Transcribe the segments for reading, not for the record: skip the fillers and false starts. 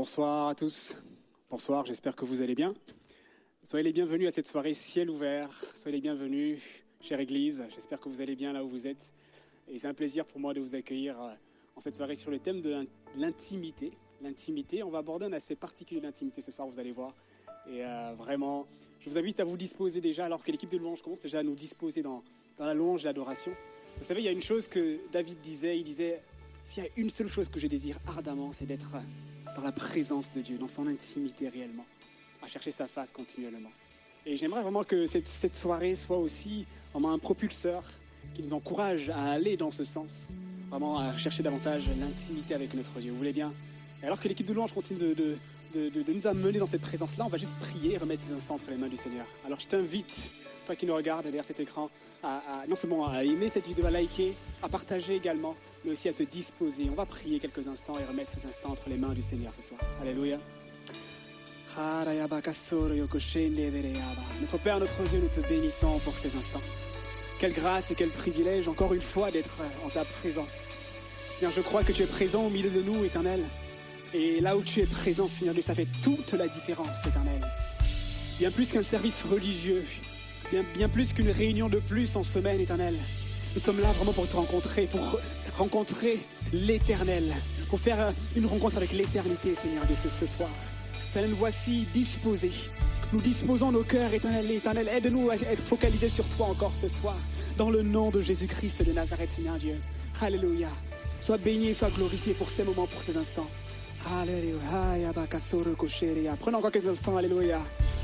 Bonsoir à tous. Bonsoir, j'espère que vous allez bien. Soyez les bienvenus à cette soirée ciel ouvert. Soyez les bienvenus, chère Église. J'espère que vous allez bien là où vous êtes. Et c'est un plaisir pour moi de vous accueillir en cette soirée sur le thème de l'intimité. L'intimité, on va aborder un aspect particulier de l'intimité ce soir, vous allez voir. Et vraiment, je vous invite à vous disposer déjà, alors que l'équipe de louange commence déjà à nous disposer dans la louange et l'adoration. Vous savez, il y a une chose que David disait, il disait, s'il y a une seule chose que je désire ardemment, c'est d'être dans la présence de Dieu, dans son intimité réellement, à chercher sa face continuellement. Et j'aimerais vraiment que cette soirée soit aussi vraiment un propulseur qui nous encourage à aller dans ce sens, vraiment à chercher davantage l'intimité avec notre Dieu. Vous voulez bien? Et alors que l'équipe de louange continue de nous amener dans cette présence-là, on va juste prier et remettre ces instants entre les mains du Seigneur. Alors je t'invite, toi qui nous regardes derrière cet écran, non seulement à aimer cette vidéo, à liker, à partager également, mais aussi à te disposer. On va prier quelques instants et remettre ces instants entre les mains du Seigneur ce soir. Alléluia. Notre Père, notre Dieu, nous te bénissons pour ces instants. Quelle grâce et quel privilège, encore une fois, d'être en ta présence. Seigneur, je crois que tu es présent au milieu de nous, Éternel. Et là où tu es présent, Seigneur Dieu, ça fait toute la différence, Éternel. Bien plus qu'un service religieux, bien plus qu'une réunion de plus en semaine, Éternel. Nous sommes là vraiment pour te rencontrer, pour rencontrer l'Éternel, pour faire une rencontre avec l'éternité, Seigneur Dieu, ce soir. Éternel, nous voici disposés. Nous disposons nos cœurs, Éternel. Éternel, aide-nous à être focalisés sur toi encore ce soir. Dans le nom de Jésus-Christ de Nazareth, Seigneur Dieu. Alléluia. Sois béni, sois glorifié pour ces moments, pour ces instants. Alléluia. Prenons encore quelques instants. Alléluia.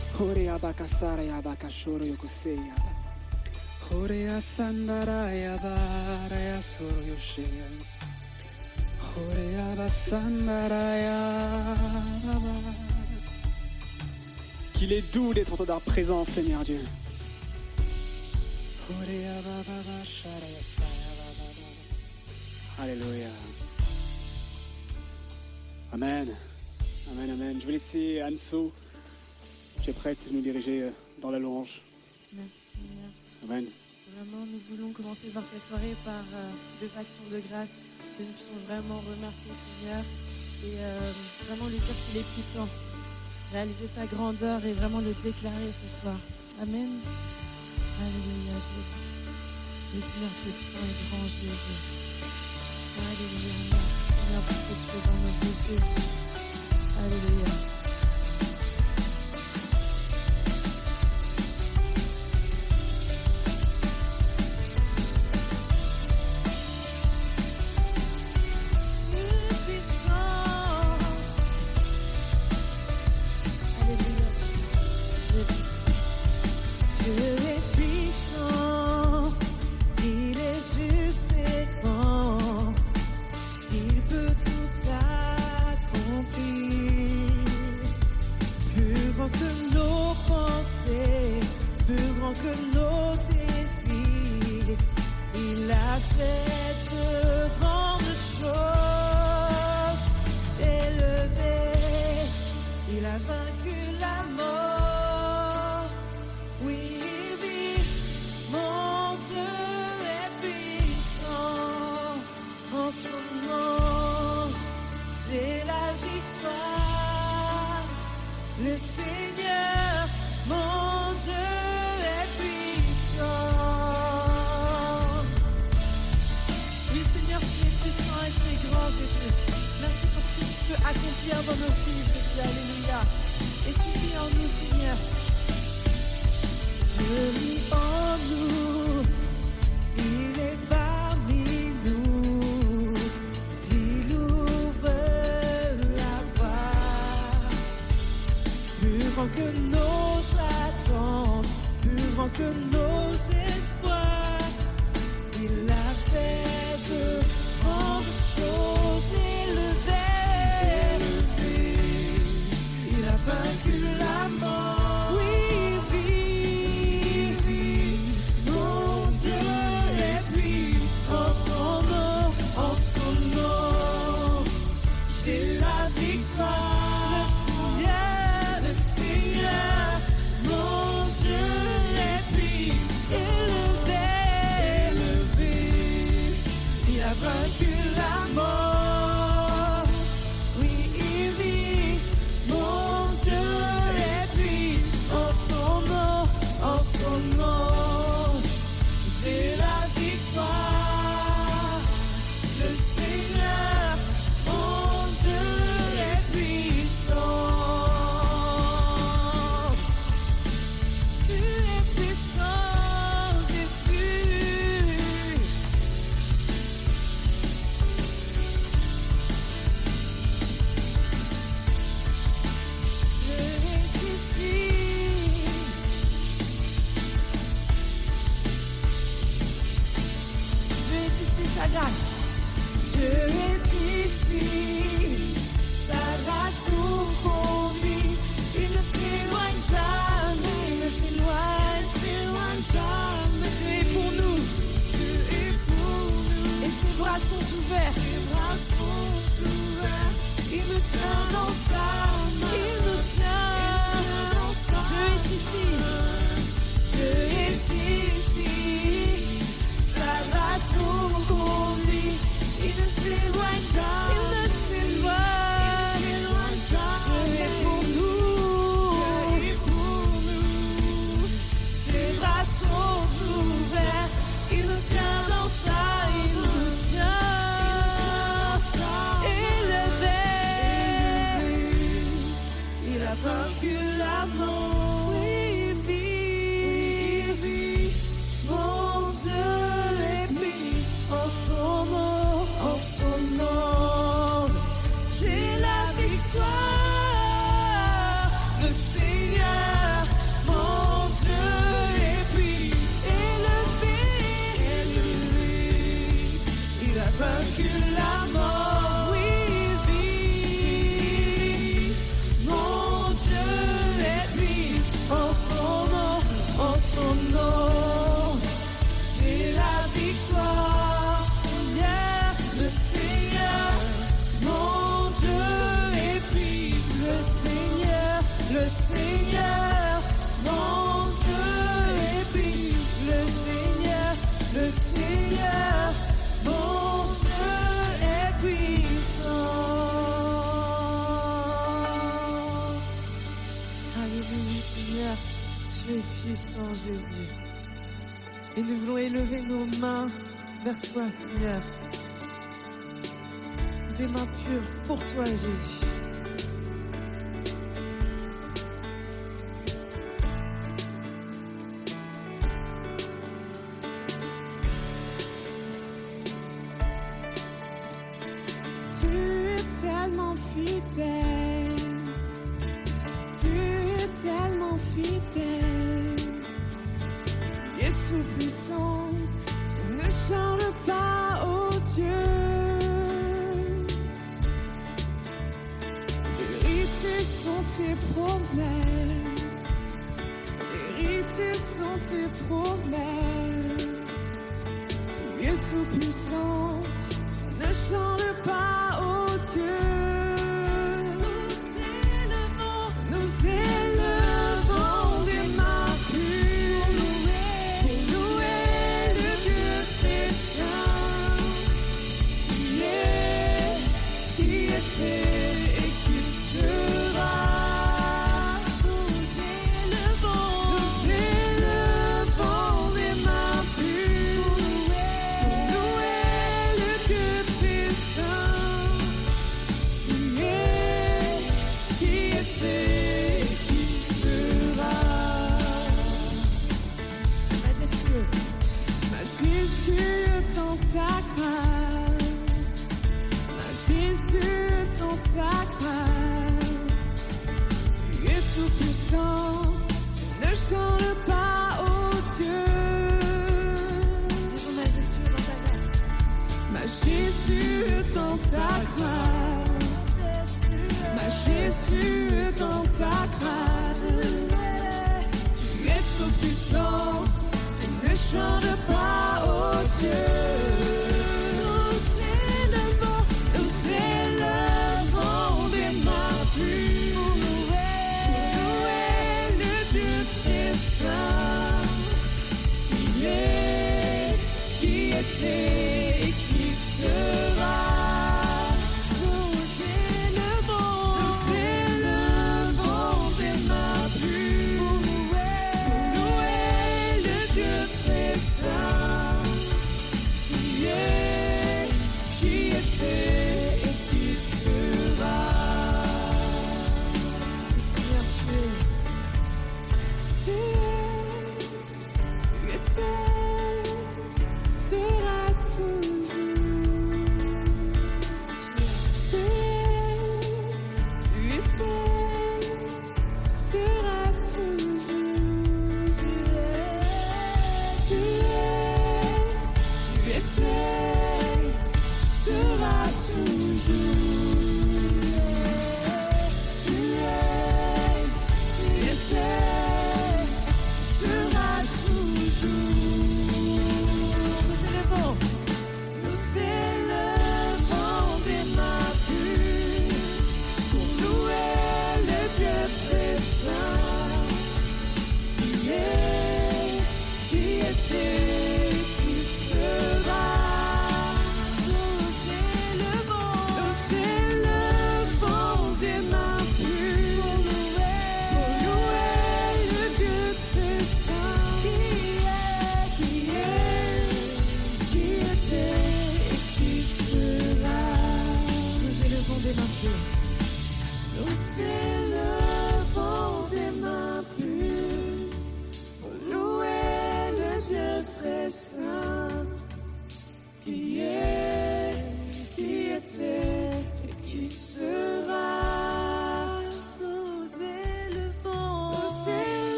Qu'il est doux d'être dans ta présence, Seigneur Dieu. Alléluia. Amen. Amen, amen. Je vais laisser Anso, qui est prête, nous diriger dans la louange. Merci, Seigneur. Amen. Vraiment, nous voulons commencer dans cette soirée par des actions de grâce. Que nous puissions vraiment remercier le Seigneur et vraiment lui dire qu'il est puissant. Réaliser sa grandeur et vraiment le déclarer ce soir. Amen. Alléluia, Jésus. Le Seigneur, tu es puissant et grand, Jésus. Alléluia. Merci, Seigneur, pour ce que tu fais dans nos vies. Alléluia. Le Seigneur, mon Dieu est puissant. ici, sa grâce. Dieu est ici, sa grâce nous conduit. Il ne s'éloigne jamais, il ne s'éloigne jamais. Dieu est pour nous, Dieu est pour nous. Et ses bras sont ouverts, il me tient dans sa main, il me tient. Dieu est ici, Dieu est ici, sa grâce nous conduit. Il ne s'éloigne jamais, il ne s'éloigne jamais. Dieu est pour nous, Dieu est pour nous. Ses bras sont ouverts, il me tient dans sa, il me tient. Vaincu la mort, oui, vive, mon Dieu est béni en son nom, j'ai la victoire, le Seigneur, mon Dieu est béni, élevé, il a vaincu la mort. Puissant Jésus. Et nous voulons élever nos mains vers toi, Seigneur. Des mains pures pour toi, Jésus. Tu es tellement fidèle. Tu es tellement fidèle. Tout-puissant, tu ne changes pas, oh Dieu. Vérité sont tes promesses, vérité sont tes promesses. Tu es tout-puissant, tu ne changes pas, oh Dieu. Nous élevons des mains pures.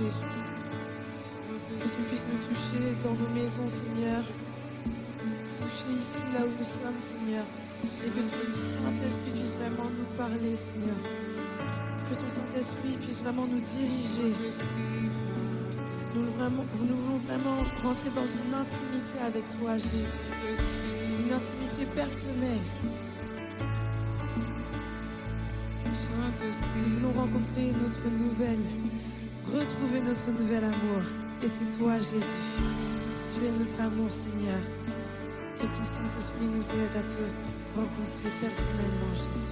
Que tu puisses nous toucher dans nos maisons, Seigneur. Toucher ici, là où nous sommes, Seigneur. Et que ton Saint-Esprit puisse vraiment nous parler, Seigneur. Que ton Saint-Esprit puisse vraiment nous diriger. Nous voulons vraiment rentrer dans une intimité avec toi, Jésus. Une intimité personnelle. Nous voulons rencontrer retrouver notre nouvel amour. Et c'est toi, Jésus. Tu es notre amour, Seigneur. Que ton Saint-Esprit nous aide à te rencontrer personnellement, Jésus.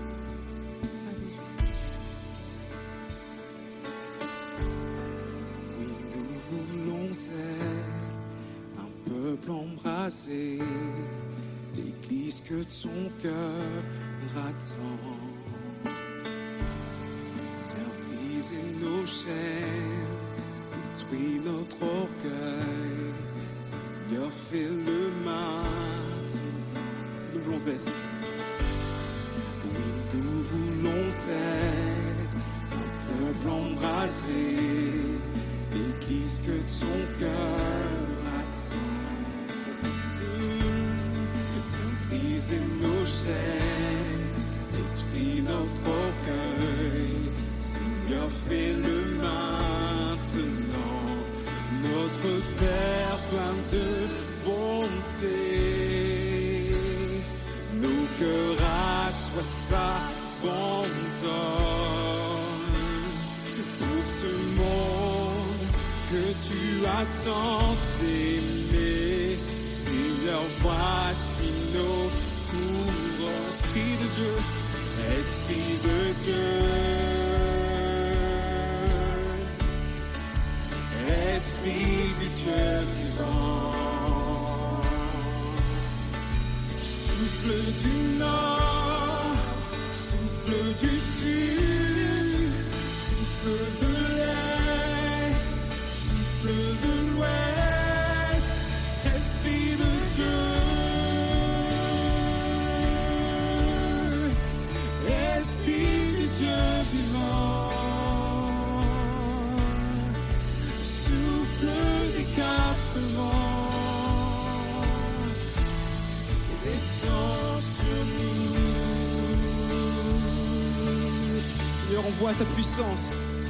Oui, nous voulons être un peuple embrasé, l'Église que ton cœur attend. Nos chaînes, détruis notre orgueil, Seigneur, fais-le maintenant. Nous voulons être, oui, nous voulons être un peuple embrasé, l'Église que ton cœur attend. Briser nos chaînes, détruis notre orgueil, Seigneur, fais-le maintenant. Notre Père plein de bonté, nos cœurs à toi s'abandonnent. Pour ce monde que tu as tant aimé, Seigneur, voici nos couronnes. Esprit de Dieu, Esprit de Dieu. Esprit du Dieu vivant, souffle du nord, souffle du sud, souffle de l'est, souffle de l'ouest, Esprit de Dieu, Esprit du Dieu vivant. Des quatre vents, descend sur nous. Seigneur, envoie ta puissance.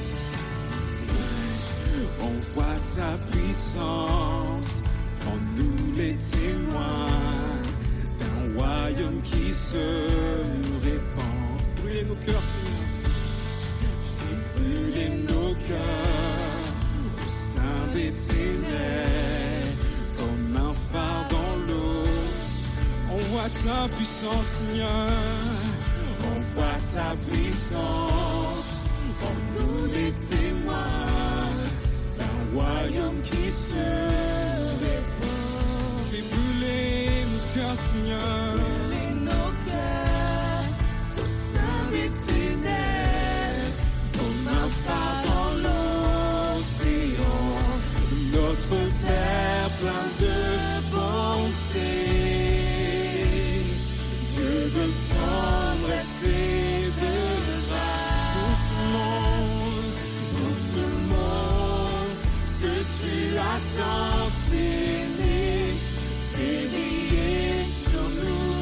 Envoie ta puissance, rends-nous les témoins d'un royaume qui se répand. Brûlez nos cœurs, Seigneur. Fais brûler nos cœurs des ténèbres, comme un phare dans l'eau. Envoie ta puissance, Seigneur. Envoie ta puissance, rends-nous les témoins d'un royaume qui se répand. Fais brûler nos cœurs, Seigneur. Brûler nos cœurs au sein des ténèbres, comme un phare dans l'océan. Notre Père plein de bonté, Dieu de tendresse et de grâce. Dans ce monde que tu as tant aimé, fais briller sur nous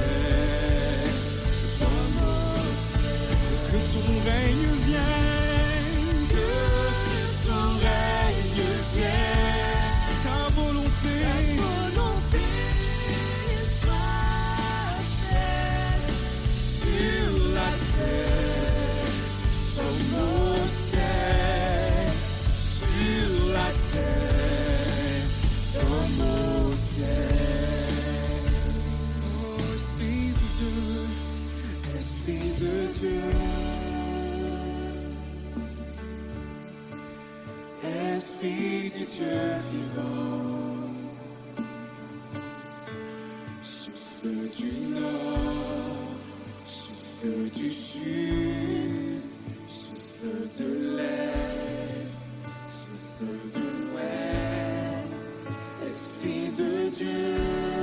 ciel, que ton règne vienne, que ton règne vienne, ta volonté soit faite sur la terre, comme au ciel, sur la terre, comme au ciel. Esprit de Dieu, Esprit du Dieu vivant, souffle du nord, souffle du sud, souffle de l'est, souffle de l'ouest, Esprit de Dieu,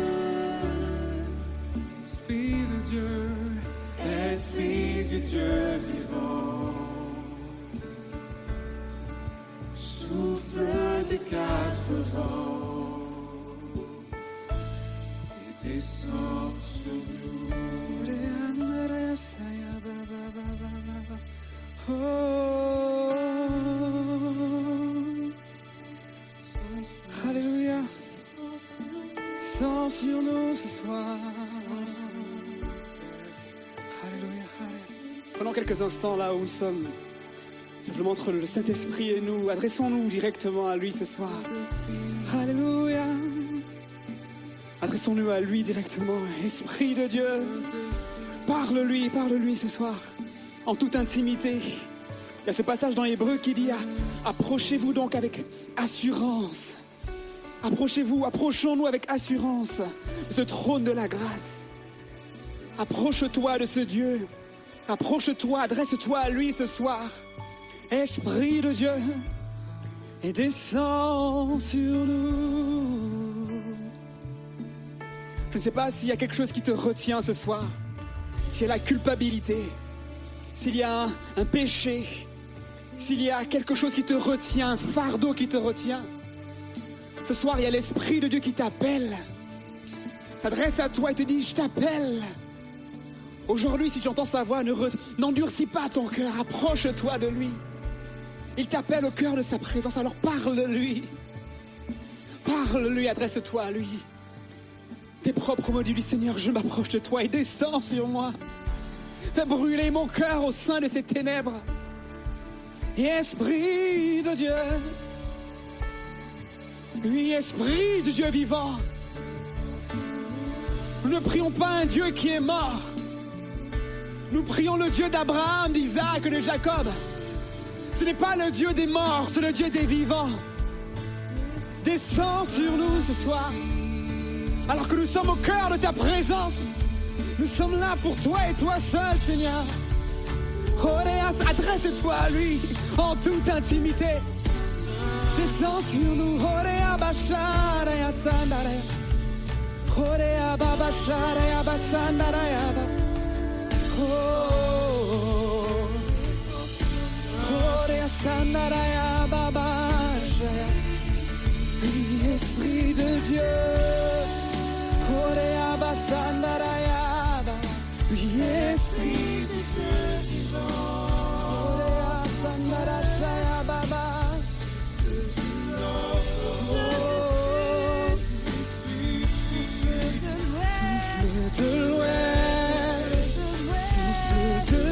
Esprit de Dieu, Esprit du Dieu vivant, souffle des quatre vents et descend sur nous. Alléluia, descend sur nous ce soir. Alléluia, alléluia. Prenons quelques instants là où nous sommes. Simplement entre le Saint-Esprit et nous, adressons-nous directement à lui ce soir. Alléluia. Adressons-nous à lui directement. Esprit de Dieu, parle-lui ce soir, en toute intimité. Il y a ce passage dans l'Hébreu qui dit approchez-vous donc avec assurance. Approchons-nous avec assurance de ce trône de la grâce. Approche-toi de ce Dieu. Approche-toi, adresse-toi à lui ce soir. Esprit de Dieu, et descends sur nous. Je ne sais pas s'il y a quelque chose qui te retient ce soir. S'il y a la culpabilité, s'il y a un péché, s'il y a quelque chose qui te retient, un fardeau qui te retient. Ce soir, il y a l'Esprit de Dieu qui t'appelle, s'adresse à toi et te dit, je t'appelle. Aujourd'hui, si tu entends sa voix, n'endurcis pas ton cœur, approche-toi de lui. Il t'appelle au cœur de sa présence, alors parle-lui. Parle-lui, adresse-toi à lui. Tes propres mots, dis-lui, Seigneur, je m'approche de toi et descends sur moi. Fais brûler mon cœur au sein de ces ténèbres. Et Esprit de Dieu, oui, Esprit de Dieu vivant, nous ne prions pas un Dieu qui est mort. Nous prions le Dieu d'Abraham, d'Isaac et de Jacob. Ce n'est pas le Dieu des morts, c'est le Dieu des vivants. Descends sur nous ce soir. Alors que nous sommes au cœur de ta présence, nous sommes là pour toi et toi seul, Seigneur. Oreas, adresse-toi à lui en toute intimité. Descends sur nous. Orea bashara sandare. Orea babashara basandara. Esprit de Dieu, oui, Esprit de Dieu vivant, souffle de l'ouest, souffle de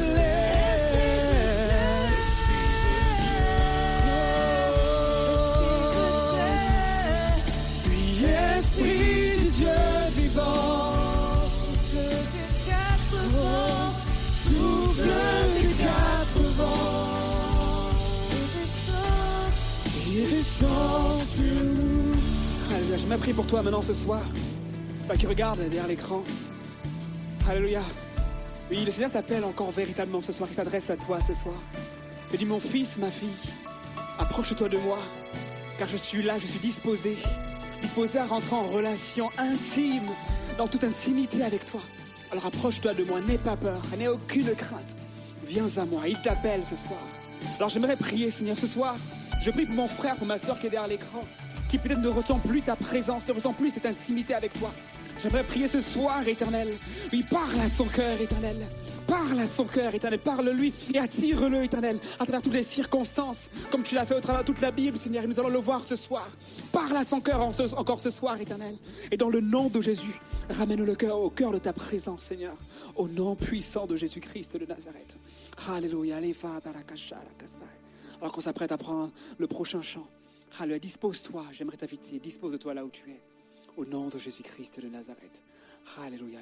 sur nous. Alléluia, je prie pour toi maintenant ce soir. Toi qui regardes derrière l'écran. Alléluia. Oui, le Seigneur t'appelle encore véritablement ce soir. Il s'adresse à toi ce soir. Il te dit, mon fils, ma fille, approche-toi de moi, car je suis là, je suis disposé à rentrer en relation intime, dans toute intimité avec toi. Alors approche-toi de moi, n'aie pas peur, n'aie aucune crainte. Viens à moi, il t'appelle ce soir. Alors j'aimerais prier, Seigneur, ce soir. Je prie pour mon frère, pour ma soeur qui est derrière l'écran, qui peut-être ne ressent plus ta présence, ne ressent plus cette intimité avec toi. J'aimerais prier ce soir, Éternel. Oui, parle à son cœur, Éternel. Parle à son cœur, Éternel. Parle-lui et attire-le, Éternel, à travers toutes les circonstances, comme tu l'as fait au travers de toute la Bible, Seigneur. Et nous allons le voir ce soir. Parle à son cœur encore ce soir, Éternel. Et dans le nom de Jésus, ramène le cœur au cœur de ta présence, Seigneur. Au nom puissant de Jésus-Christ de Nazareth. Alléluia. Alors qu'on s'apprête à prendre le prochain chant, Alléluia, dispose-toi, j'aimerais t'inviter, dispose-toi là où tu es. Au nom de Jésus-Christ de Nazareth. Alléluia.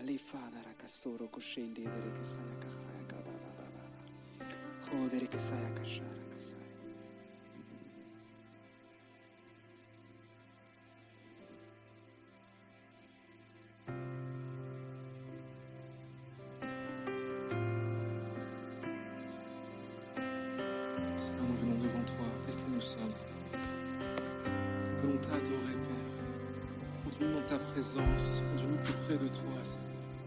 Seigneur, nous venons devant toi, tel que nous sommes. Nous voulons t'adorer, Père. Conduis-nous dans ta présence, conduis-nous plus près de toi, Seigneur.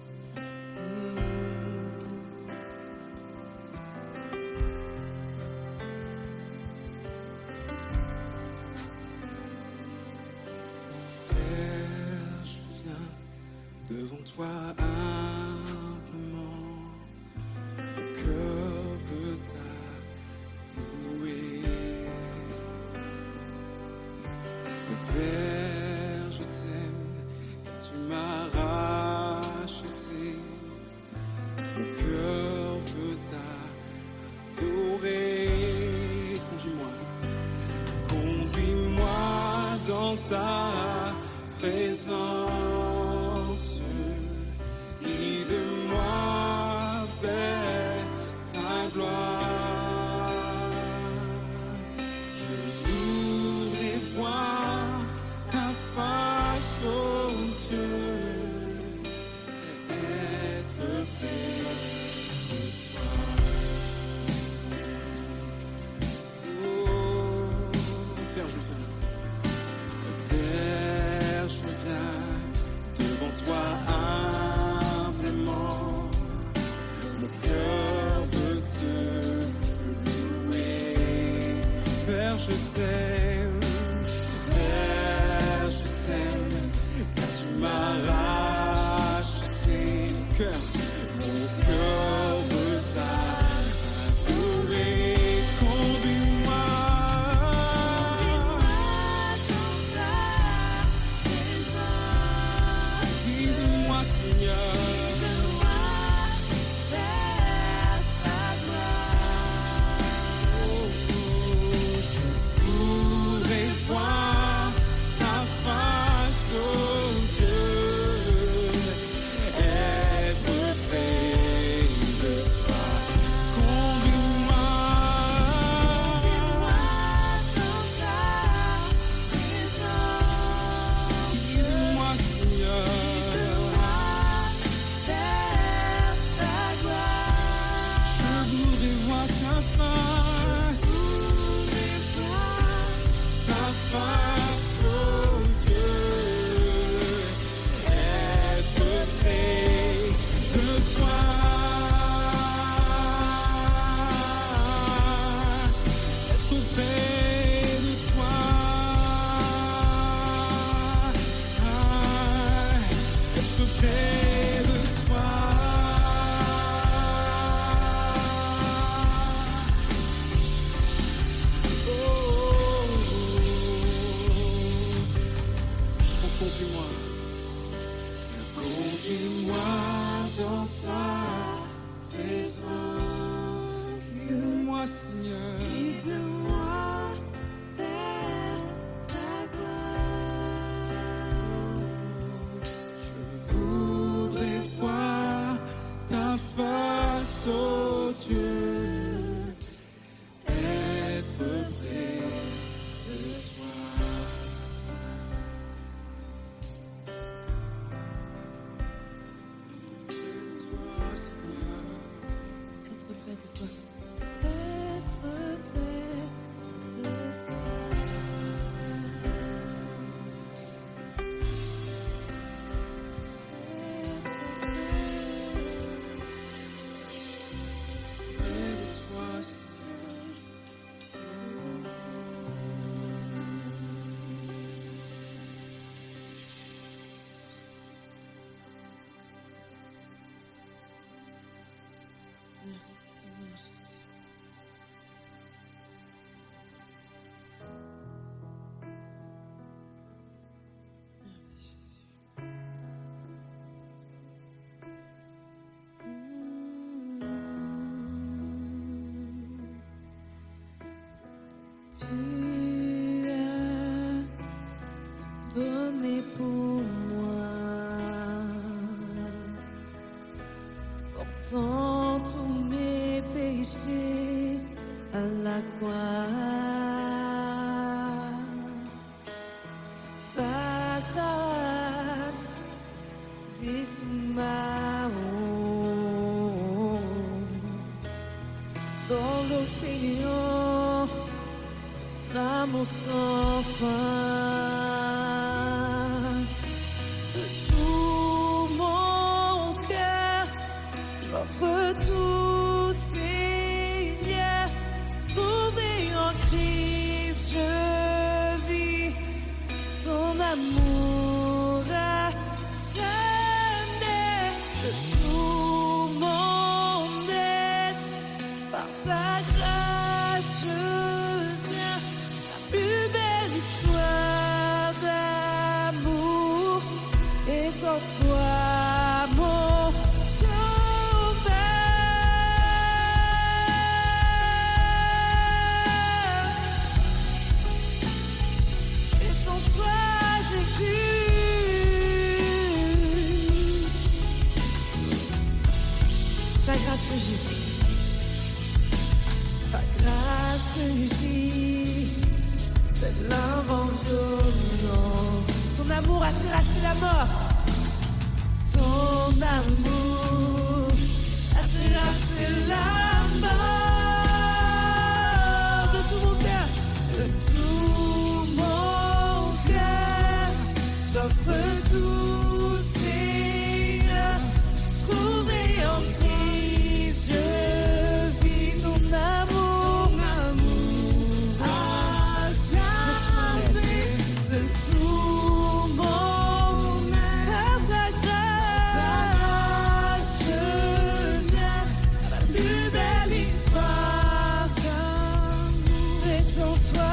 Père, je viens devant toi humblement. Mon cœur veut t'avouer. Père, je t'aime, tu m'as racheté. Mon cœur veut t'adorer. Conduis-moi dans ta présence. Guide-moi vers ta gloire. Je voudrais voir ta face, oh Dieu, être près de toi. Oh, Père, je viens. Père, je viens devant toi humblement. Mon cœur veut te louer. Père, je t'aime. Père, je t'aime, car tu m'as racheté. Mon cœur veut t'adorer. Conduis-moi. Guide-moi, Seigneur. Je voudrais voir ta face, oh Dieu, être près de toi. Conduis-moi. Guide-moi, Seigneur. Je voudrais voir ta face, oh Dieu, être près de toi. Être près de toi. Être près de toi. Conduis-moi. Conduis-moi dans ta présence. Guide-moi, Seigneur. Je voudrais voir ta face, oh Dieu, être près de toi. Être près de toi. Être près portant tous mes péchés à la croix. Ta grâce dissout ma honte dans l'océan d'amour sans fin. De tout mon cœur, j'offre tout, Seigneur. Trouvé en Christ, je vis ton amour à jamais. De tout mon être, par ta grâce, je viens. La plus belle histoire d'amour est en toi, mon sauveur. Est en toi, Jésus. Ta grâce rugit, ta grâce rugit, c'est l'invent violent. Ton amour a terrassé la mort. Ton amour a terrassé la mort. De tout mon cœur, de tout mon cœur, j'offre tout, Seigneur. Trouvé en Christ, je vis ton amour, à jamais. De tout mon être, ta grâce, je viens. La plus belle histoire d'amour est en toi,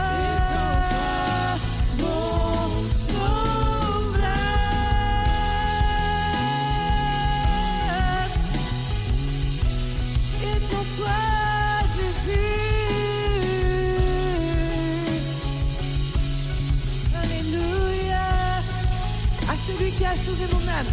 mon sauveur. Est en toi, Jésus. Alléluia. À celui qui a sauvé mon âme,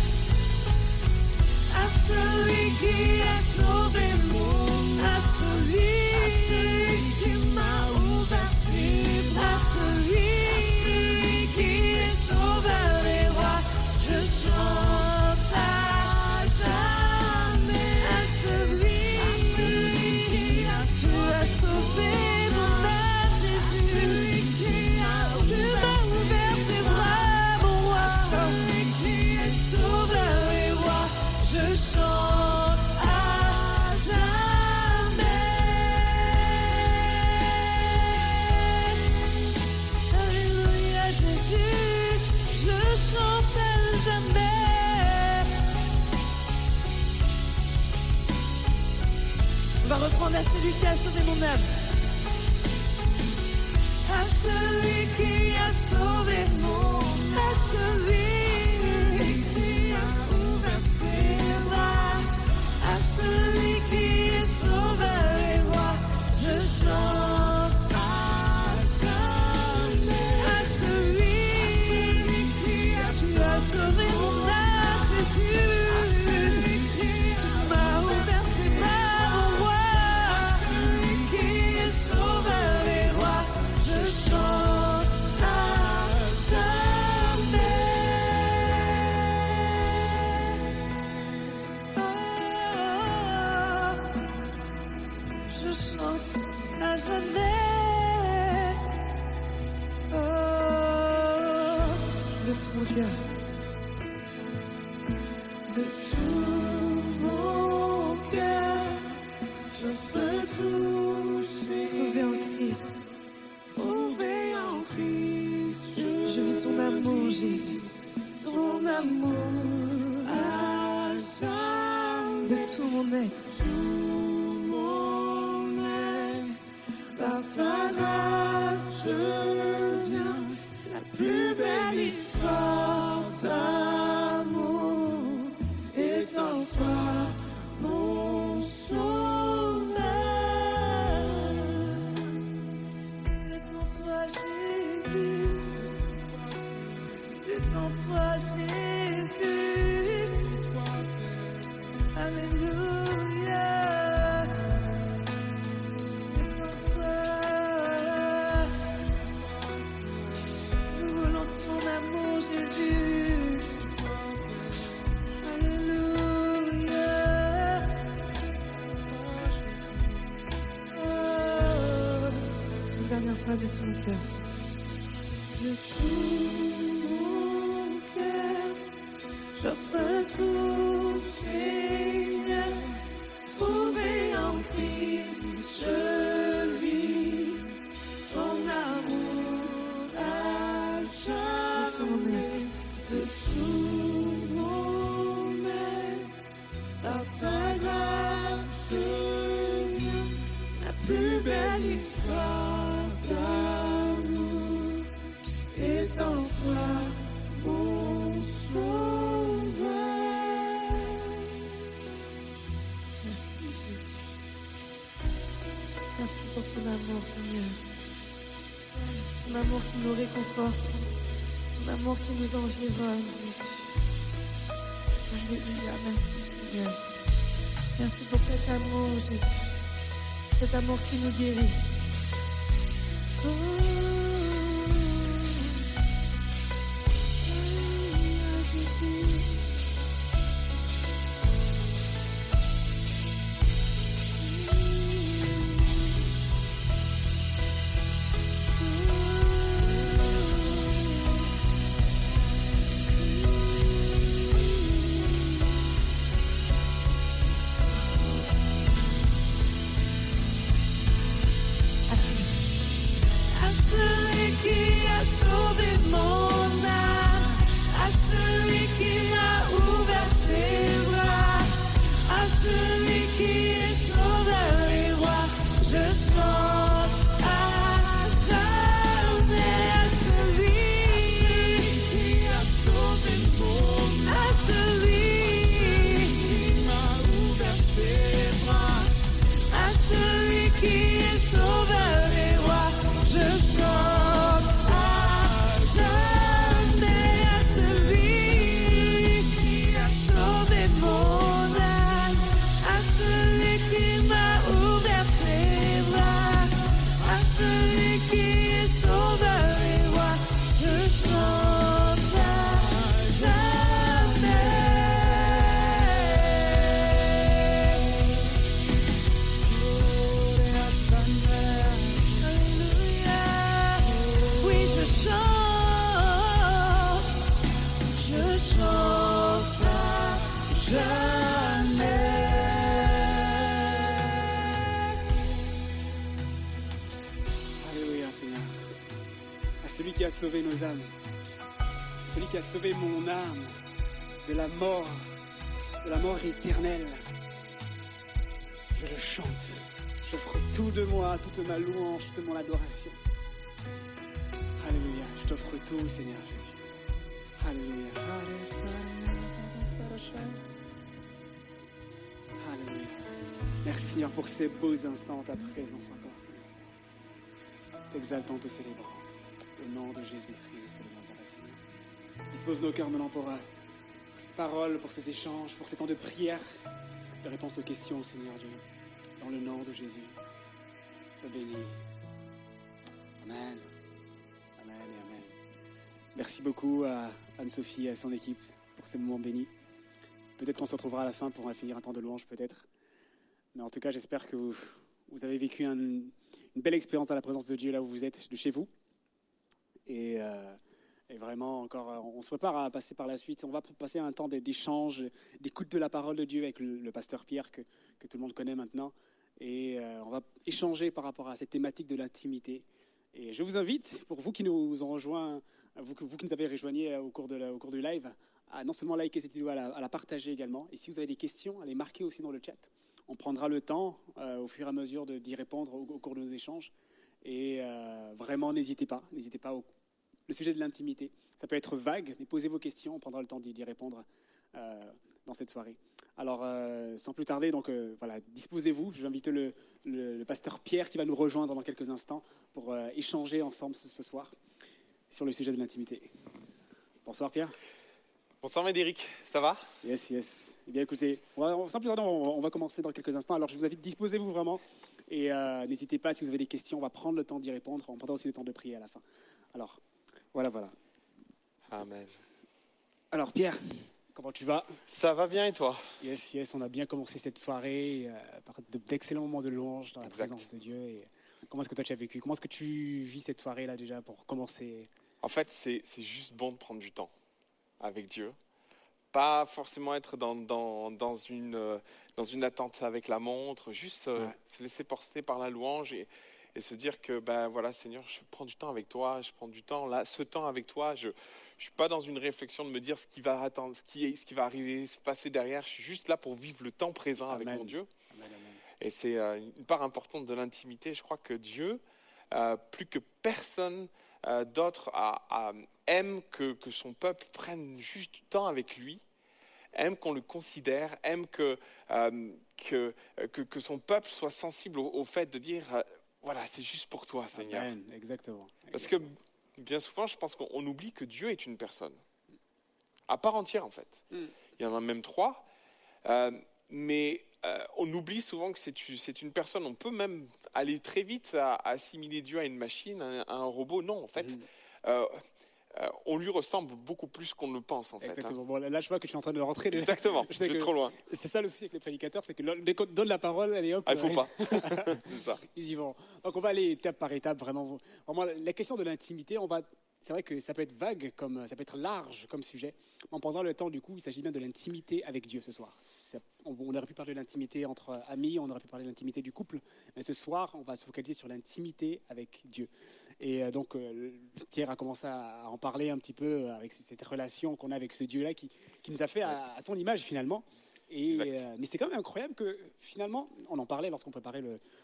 à celui qui a sauvé mon âme, à celui qui m'a ouvert ses bras, à celui qui est sauveur des rois, je chante à jamais. À celui qui a sauvé mon âme, Jésus, tu m'as ouvert tes bras, mon roi, celui qui est sauveur des rois, je chante à jamais. Alléluia, Jésus, je chante à jamais. On va reprendre à celui qui a sauvé mon âme. À celui qui a sauvé mon âme, à celui qui a ouvert ses bras, à celui qui est sauveur et roi, je chante à jamais. À celui qui a sauvé mon âme, Jésus, tu m'as ouvert tes bras, mon roi, à celui qui est sauveur et roi, je chante à jamais. Je chante à jamais. De tout mon cœur, de tout mon cœur, j'offre tout. Trouvé en Christ, trouvé en Christ, je vis ton amour, Jésus, ton amour à jamais. De tout mon être, par ta grâce, je viens. La plus belle histoire d'amour est en toi, mon sauveur. C'est en toi, Jésus. C'est en toi, Jésus. Alléluia. Offre-moi de tout mon cœur. De tout mon cœur, j'offre tout, Seigneur. Trouvé en Christ, je vis ton amour à jamais. De tout mon être, par ta grâce, deviens la plus belle histoire d'amour. Est en toi, mon sauveur. Merci Jésus. Merci pour ton amour, Seigneur. Ton amour qui nous réconforte, ton amour qui nous environne, Jésus. Alléluia, merci Seigneur. Merci pour cet amour, Jésus. Cet amour qui nous guérit. Oh. Celui qui a sauvé nos âmes, celui qui a sauvé mon âme de la mort éternelle. Je le chante, j'offre tout de moi, toute ma louange, toute mon adoration. Alléluia, je t'offre tout, Seigneur Jésus. Alléluia. Alléluia. Merci Seigneur pour ces beaux instants, ta présence encore, Seigneur. T'exaltant, te célébrant. Au nom de Jésus-Christ de Nazareth, Seigneur. Dispose nos cœurs maintenant pour cette parole, pour ces échanges, pour ces temps de prière, de réponse aux questions, Seigneur Dieu. Dans le nom de Jésus, sois béni. Amen. Amen et amen. Merci beaucoup à Anne-Sophie et à son équipe pour ces moments bénis. Peut-être qu'on se retrouvera à la fin pour finir un temps de louange, peut-être. Mais en tout cas, j'espère que vous avez vécu une belle expérience dans la présence de Dieu là où vous êtes, de chez vous. Et vraiment, encore, on se prépare à passer par la suite. On va passer un temps d'échange, d'écoute de la parole de Dieu avec le pasteur Pierre que tout le monde connaît maintenant. Et on va échanger par rapport à cette thématique de l'intimité. Et je vous invite, pour vous qui nous ont rejoints, vous qui nous avez rejoignés au cours du live, à non seulement liker cette vidéo, à la partager également. Et si vous avez des questions, à les marquer aussi dans le chat. On prendra le temps, au fur et à mesure, d'y répondre au cours de nos échanges. Et vraiment, n'hésitez pas le sujet de l'intimité. Ça peut être vague, mais posez vos questions, on prendra le temps d'y répondre dans cette soirée. Alors, sans plus tarder, donc voilà, disposez-vous. Je vais inviter le pasteur Pierre qui va nous rejoindre dans quelques instants pour échanger ensemble ce soir sur le sujet de l'intimité. Bonsoir Pierre. Bonsoir Médéric, ça va ? Yes. Eh bien écoutez, sans plus tarder, on va commencer dans quelques instants. Alors je vous invite, disposez-vous vraiment. Et n'hésitez pas, si vous avez des questions, on va prendre le temps d'y répondre. On prendra aussi le temps de prier à la fin. Alors, voilà. Amen. Alors Pierre, comment tu vas ? Ça va bien et toi ? Yes, on a bien commencé cette soirée par d'excellents moments de louange dans la présence de Dieu. Et Comment est-ce que toi tu as vécu? Comment est-ce que tu vis cette soirée-là déjà pour commencer? En fait, c'est juste bon de prendre du temps avec Dieu. Pas forcément être dans une attente avec la montre, juste se laisser porter par la louange et se dire que, ben voilà, Seigneur, je prends du temps avec toi, je prends du temps, là, ce temps avec toi, je suis pas dans une réflexion de me dire ce qui va attendre, ce qui va arriver, se passer derrière, je suis juste là pour vivre le temps présent avec mon Dieu. Amen, amen. Et c'est une part importante de l'intimité. Je crois que Dieu, plus que personne d'autre, aime que son peuple prenne juste du temps avec lui, aime qu'on le considère, aime que son peuple soit sensible au fait de dire voilà, c'est juste pour toi, Seigneur. Amen, exactement. Parce que bien souvent, je pense qu'on oublie que Dieu est une personne, à part entière en fait. Il y en a même trois, mais on oublie souvent que c'est une personne. On peut même aller très vite à assimiler Dieu à une machine, à un robot. Non, en fait, on lui ressemble beaucoup plus qu'on ne le pense en fait. Exactement. Bon, là, je vois que tu es en train de rentrer. Exactement, Je sais je vais que trop loin. C'est ça le souci avec les prédicateurs, c'est que dès qu'on te donne la parole, allez hop. Ah, il faut pas. C'est ça. Ils y vont. Donc on va aller étape par étape, vraiment. Vraiment, la question de l'intimité, c'est vrai que ça peut être vague, ça peut être large comme sujet. En pendant le temps, du coup, il s'agit bien de l'intimité avec Dieu ce soir. On aurait pu parler de l'intimité entre amis, on aurait pu parler de l'intimité du couple, mais ce soir, on va se focaliser sur l'intimité avec Dieu. Et donc, Pierre a commencé à en parler un petit peu avec cette relation qu'on a avec ce Dieu-là qui nous a fait à son image finalement. Mais c'est quand même incroyable que finalement, on en parlait lorsqu'on préparait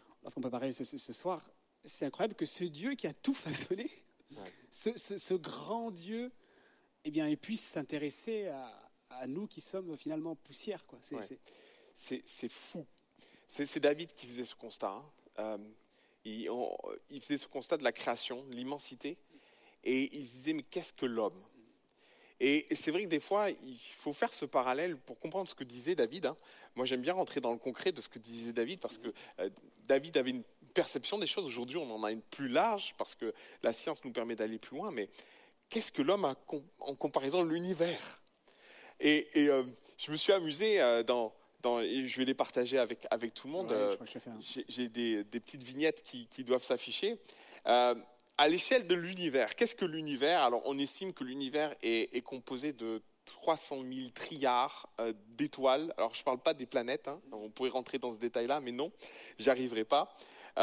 ce soir, c'est incroyable que ce Dieu qui a tout façonné, ce grand Dieu, eh bien, il puisse s'intéresser à nous qui sommes finalement poussière, quoi. C'est fou. C'est David qui faisait ce constat. Il faisait ce constat de la création, de l'immensité, et il se disait mais qu'est-ce que l'homme? Et c'est vrai que des fois, il faut faire ce parallèle pour comprendre ce que disait David. Moi, j'aime bien rentrer dans le concret de ce que disait David, parce que David avait une perception des choses. Aujourd'hui, on en a une plus large, parce que la science nous permet d'aller plus loin. Mais qu'est-ce que l'homme a en comparaison de l'univers? Et je me suis amusé et je vais les partager avec tout le monde. J'ai des petites vignettes qui doivent s'afficher. À l'échelle de l'univers, qu'est-ce que l'univers? Alors, on estime que l'univers est composé de 300 000 trilliards d'étoiles. Alors, je ne parle pas des planètes. On pourrait rentrer dans ce détail-là, mais non, j'y arriverai pas.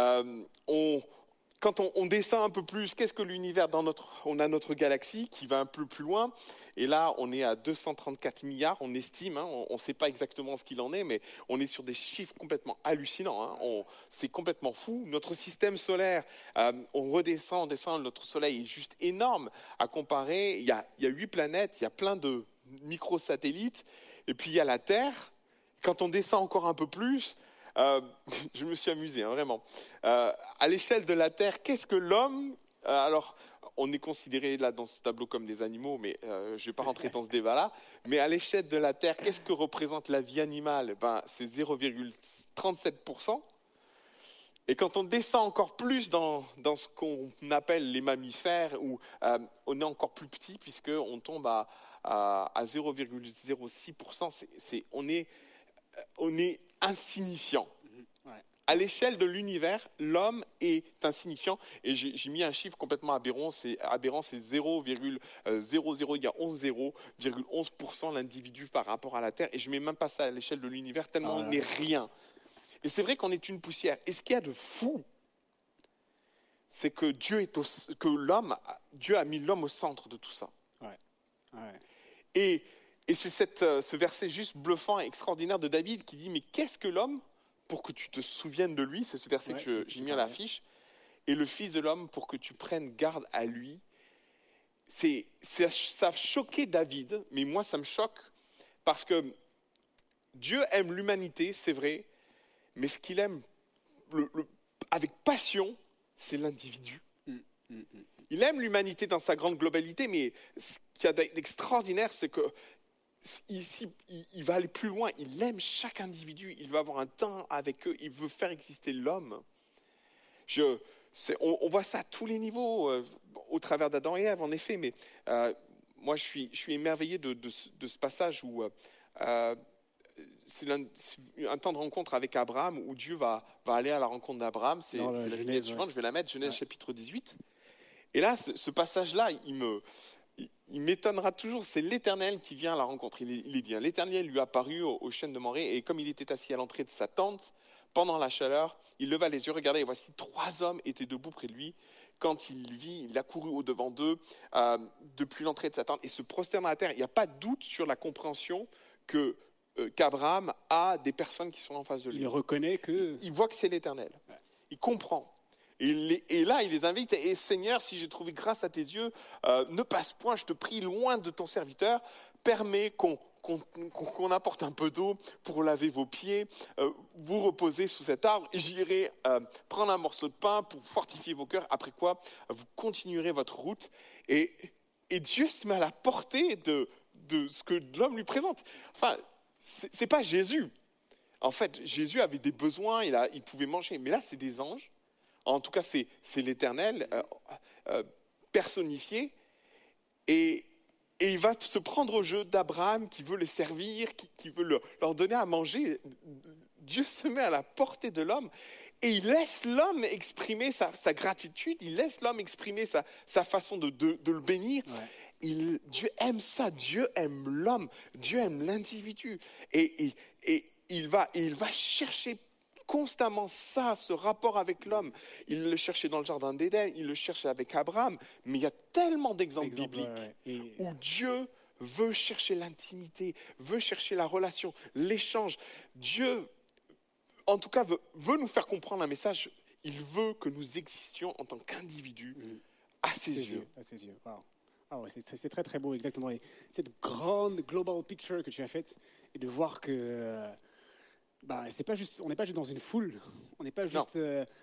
Quand on descend un peu plus, qu'est-ce que l'univers? On a notre galaxie qui va un peu plus loin. Et là, on est à 234 milliards, on estime. On ne sait pas exactement ce qu'il en est, mais on est sur des chiffres complètement hallucinants. C'est complètement fou. Notre système solaire, on redescend, notre soleil est juste énorme à comparer. Il y a 8 planètes, il y a plein de microsatellites. Et puis, il y a la Terre. Quand on descend encore un peu plus... je me suis amusé, vraiment. À l'échelle de la Terre, qu'est-ce que l'homme? Alors, on est considéré là dans ce tableau comme des animaux, mais je ne vais pas rentrer dans ce débat-là. Mais à l'échelle de la Terre, qu'est-ce que représente la vie animale? C'est 0,37%. Et quand on descend encore plus dans ce qu'on appelle les mammifères, où on est encore plus petit, puisqu'on tombe à 0,06%, on est insignifiant. À l'échelle de l'univers, l'homme est insignifiant. Et j'ai mis un chiffre complètement aberrant, c'est 0,0011% l'individu par rapport à la Terre. Et je ne mets même pas ça à l'échelle de l'univers, tellement on n'est rien. Et c'est vrai qu'on est une poussière. Et ce qu'il y a de fou, c'est que Dieu a mis l'homme au centre de tout ça. Et c'est ce verset juste bluffant et extraordinaire de David qui dit « Mais qu'est-ce que l'homme pour que tu te souviennes de lui ?» C'est ce verset que j'ai mis à l'affiche. « Et le Fils de l'homme pour que tu prennes garde à lui. » Ça a choqué David, mais moi ça me choque parce que Dieu aime l'humanité, c'est vrai, mais ce qu'il aime avec passion, c'est l'individu. Il aime l'humanité dans sa grande globalité, mais ce qu'il y a d'extraordinaire, c'est que ici, il va aller plus loin. Il aime chaque individu. Il veut avoir un temps avec eux. Il veut faire exister l'homme. On voit ça à tous les niveaux, au travers d'Adam et Ève, en effet. Mais moi, je suis émerveillé de ce passage où c'est un temps de rencontre avec Abraham où Dieu va aller à la rencontre d'Abraham. C'est la vignette suivante, je vais la mettre, Genèse chapitre 18. Et là, ce passage-là, il m'étonnera toujours. C'est l'Éternel qui vient à la rencontre. Il est dit, l'Éternel lui apparut au chêne de Mamré, et comme il était assis à l'entrée de sa tente, pendant la chaleur, il leva les yeux, regardez, et voici 3 hommes étaient debout près de lui. Quand il vit, il accourut au-devant d'eux, depuis l'entrée de sa tente, et se prosterna à terre. Il n'y a pas de doute sur la compréhension qu'Abraham a des personnes qui sont en face de lui. Il reconnaît que... Il voit que c'est l'Éternel. Il comprend. Et là, il les invite. Et Seigneur, si j'ai trouvé grâce à tes yeux, ne passe point, je te prie, loin de ton serviteur. Permets qu'on apporte un peu d'eau pour laver vos pieds. Vous reposez sous cet arbre. Et j'irai prendre un morceau de pain pour fortifier vos cœurs. Après quoi, vous continuerez votre route. Et Dieu se met à la portée de ce que l'homme lui présente. Enfin, c'est pas Jésus. En fait, Jésus avait des besoins, il pouvait manger. Mais là, c'est des anges. En tout cas, c'est l'Éternel personnifié. Et il va se prendre au jeu d'Abraham qui veut les servir, qui veut leur donner à manger. Dieu se met à la portée de l'homme et il laisse l'homme exprimer sa gratitude, il laisse l'homme exprimer sa façon de le bénir. Ouais. Dieu aime ça, Dieu aime l'homme, Dieu aime l'individu. Et il va chercher constamment ce rapport avec l'homme. Il le cherchait dans le jardin d'Éden, il le cherchait avec Abraham, mais il y a tellement d'exemples bibliques où Dieu veut chercher l'intimité, veut chercher la relation, l'échange. Dieu, en tout cas, veut nous faire comprendre un message. Il veut que nous existions en tant qu'individus à ses yeux. À ses yeux. Wow. Ah ouais, c'est très très beau, exactement. Et cette grande global picture que tu as faite, et de voir que c'est pas juste, on n'est pas juste dans une foule, on n'est pas juste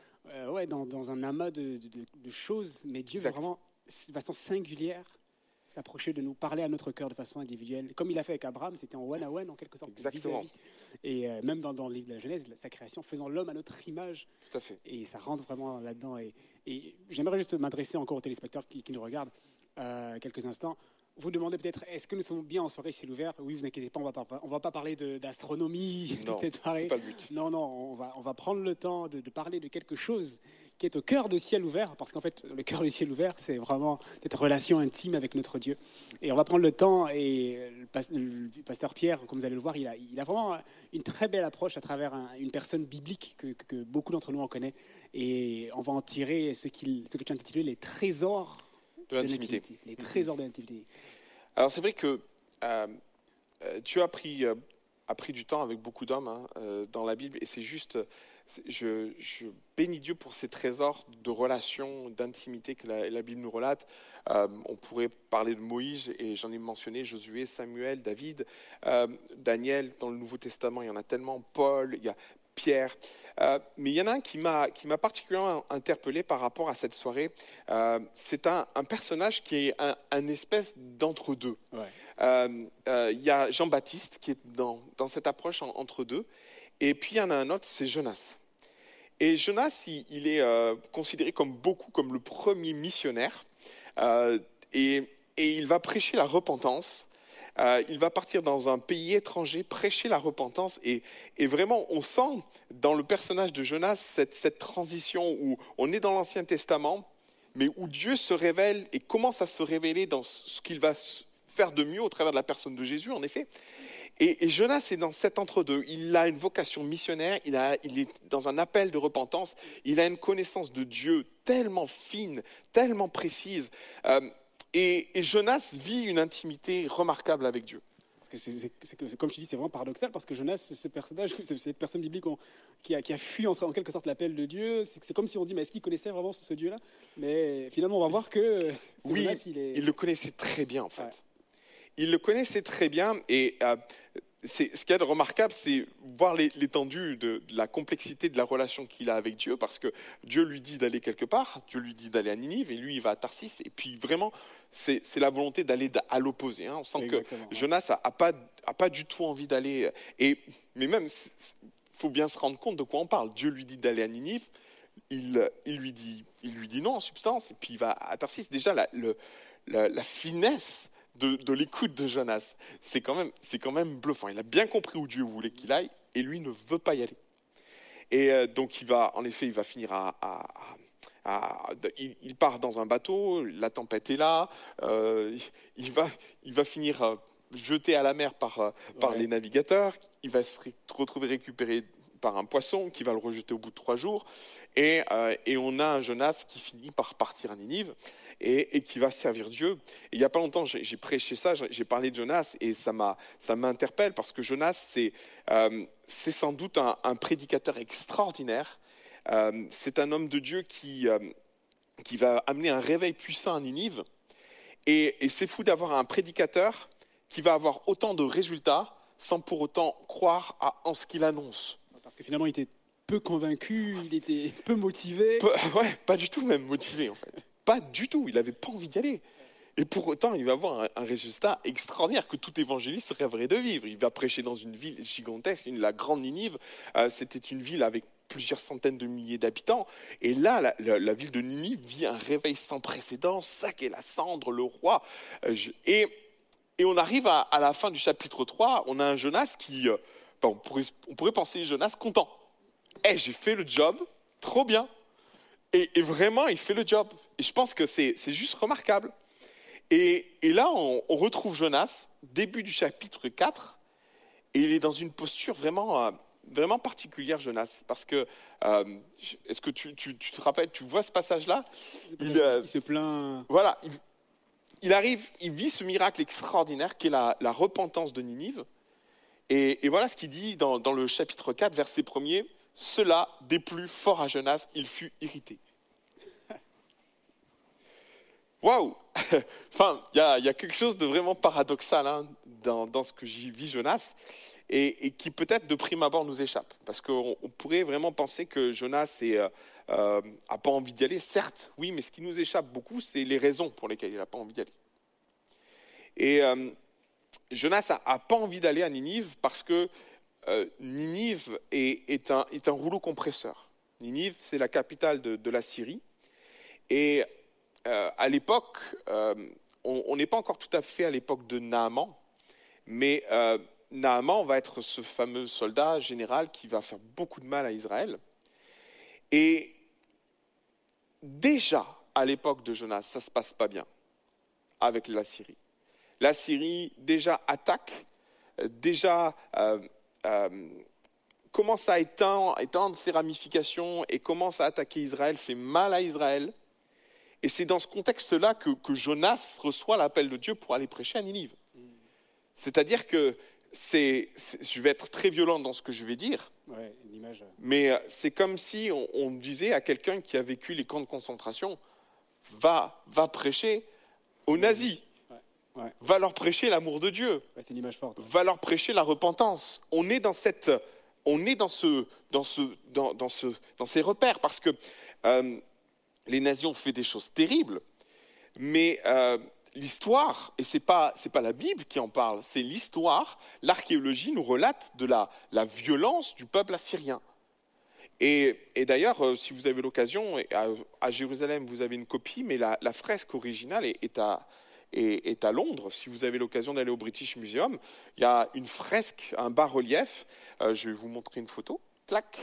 dans un amas de choses, mais Dieu veut vraiment, de façon singulière, s'approcher de nous, parler à notre cœur de façon individuelle. Comme il a fait avec Abraham, c'était en one-à-one, en quelque sorte. Exactement. Vis-à-vis. Et même dans le livre de la Genèse, sa création, faisant l'homme à notre image. Tout à fait. Et ça rentre vraiment là-dedans. Et j'aimerais juste m'adresser encore aux téléspectateurs qui nous regardent quelques instants. Vous demandez peut-être, est-ce que nous sommes bien en soirée ciel ouvert ? Oui, vous inquiétez pas, on va pas parler d'astronomie toute cette soirée. C'est pas le but. Non, on va prendre le temps de parler de quelque chose qui est au cœur de ciel ouvert, parce qu'en fait, le cœur du ciel ouvert, c'est vraiment cette relation intime avec notre Dieu. Et on va prendre le temps, et le pasteur Pierre, comme vous allez le voir, il a vraiment une très belle approche à travers une personne biblique que beaucoup d'entre nous en connaissent. Et on va en tirer ce que tu as intitulé les trésors de l'intimité. Les trésors de l'intimité. Alors c'est vrai que Dieu a pris du temps avec beaucoup d'hommes dans la Bible, et c'est juste, je bénis Dieu pour ces trésors de relations, d'intimité que la Bible nous relate. On pourrait parler de Moïse, et j'en ai mentionné Josué, Samuel, David, Daniel. Dans le Nouveau Testament, il y en a tellement. Paul, il y a Pierre. Mais il y en a un qui m'a particulièrement interpellé par rapport à cette soirée. C'est un personnage qui est un espèce d'entre-deux. Ouais. Il y a Jean-Baptiste qui est dans cette approche entre deux. Et puis il y en a un autre, c'est Jonas. Et Jonas, il est considéré comme le premier missionnaire. Et il va prêcher la repentance. Il va partir dans un pays étranger, prêcher la repentance, et vraiment on sent dans le personnage de Jonas cette transition où on est dans l'Ancien Testament, mais où Dieu se révèle et commence à se révéler dans ce qu'il va faire de mieux au travers de la personne de Jésus, en effet. Et Jonas est dans cet entre-deux. Il a une vocation missionnaire, il est dans un appel de repentance, il a une connaissance de Dieu tellement fine, tellement précise. Et Jonas vit une intimité remarquable avec Dieu. Parce que comme tu dis, c'est vraiment paradoxal, parce que Jonas, ce personnage, cette personne biblique qui a fui en quelque sorte l'appel de Dieu, c'est comme si on dit, mais est-ce qu'il connaissait vraiment ce Dieu-là ? Mais finalement, on va voir que Jonas, il le connaissait très bien, en fait. Ouais. Il le connaissait très bien, et ce qu'il y a de remarquable, c'est voir l'étendue de la complexité de la relation qu'il a avec Dieu, parce que Dieu lui dit d'aller quelque part, Dieu lui dit d'aller à Ninive, et lui, il va à Tarsis, et puis vraiment, c'est la volonté d'aller à l'opposé. On sent que Jonas n'a pas du tout envie d'aller. Mais même, il faut bien se rendre compte de quoi on parle. Dieu lui dit d'aller à Ninive, il lui dit non en substance, et puis il va à Tarsis. Déjà, la finesse de l'écoute de Jonas. C'est quand même bluffant. Il a bien compris où Dieu voulait qu'il aille et lui ne veut pas y aller. Et donc il va finir il part dans un bateau, la tempête est là, il va finir jeté à la mer par les navigateurs, il va se retrouver récupéré par un poisson qui va le rejeter au bout de 3 jours. Et on a un Jonas qui finit par partir à Ninive et qui va servir Dieu. Et il n'y a pas longtemps, j'ai prêché ça, j'ai parlé de Jonas et ça m'interpelle parce que Jonas, c'est sans doute un prédicateur extraordinaire. C'est un homme de Dieu qui va amener un réveil puissant à Ninive. Et c'est fou d'avoir un prédicateur qui va avoir autant de résultats sans pour autant croire en ce qu'il annonce. Parce que finalement, il était peu convaincu, il était peu motivé. Pas du tout même motivé en fait. Pas du tout, il n'avait pas envie d'y aller. Et pour autant, il va avoir un résultat extraordinaire que tout évangéliste rêverait de vivre. Il va prêcher dans une ville gigantesque, la grande Ninive. C'était une ville avec plusieurs centaines de milliers d'habitants. Et là, la ville de Ninive vit un réveil sans précédent, Sac et la cendre, le roi. Et on arrive à la fin du chapitre 3, on a un Jonas qui... on pourrait penser Jonas content. J'ai fait le job, trop bien. Et vraiment, il fait le job. Et je pense que c'est juste remarquable. Et là, on retrouve Jonas, début du chapitre 4, et il est dans une posture vraiment particulière, Jonas. Parce que, est-ce que tu te rappelles, tu vois ce passage-là ? Il se plaint. Voilà, il arrive, il vit ce miracle extraordinaire qui est la repentance de Ninive. Et voilà ce qu'il dit dans le chapitre 4, verset 1er. « Cela déplut fort à Jonas, il fut irrité. » Waouh. Enfin, il y a quelque chose de vraiment paradoxal dans ce que vit Jonas et qui peut-être de prime abord nous échappe. Parce qu'on pourrait vraiment penser que Jonas n'a pas envie d'y aller. Certes, oui, mais ce qui nous échappe beaucoup, c'est les raisons pour lesquelles il n'a pas envie d'y aller. Et Jonas n'a pas envie d'aller à Ninive parce que Ninive est un rouleau compresseur. Ninive, c'est la capitale de la Syrie. Et à l'époque, on n'est pas encore tout à fait à l'époque de Naaman, mais Naaman va être ce fameux soldat général qui va faire beaucoup de mal à Israël. Et déjà, à l'époque de Jonas, ça ne se passe pas bien avec la Syrie. La Syrie déjà attaque, déjà commence à étendre ses ramifications et commence à attaquer Israël, fait mal à Israël. Et c'est dans ce contexte-là que Jonas reçoit l'appel de Dieu pour aller prêcher à Ninive. C'est-à-dire que je vais être très violent dans ce que je vais dire, mais c'est comme si on disait à quelqu'un qui a vécu les camps de concentration, va prêcher aux nazis. Va leur prêcher l'amour de Dieu. C'est une image forte. Va leur prêcher la repentance. On est dans ces repères parce que les nazis ont fait des choses terribles, mais l'histoire, et c'est pas la Bible qui en parle, c'est l'histoire, l'archéologie nous relate de la violence du peuple assyrien. Et d'ailleurs, si vous avez l'occasion, à Jérusalem, vous avez une copie, mais la fresque originale est à Londres. Si vous avez l'occasion d'aller au British Museum, il y a une fresque, un bas-relief. Je vais vous montrer une photo. Clac.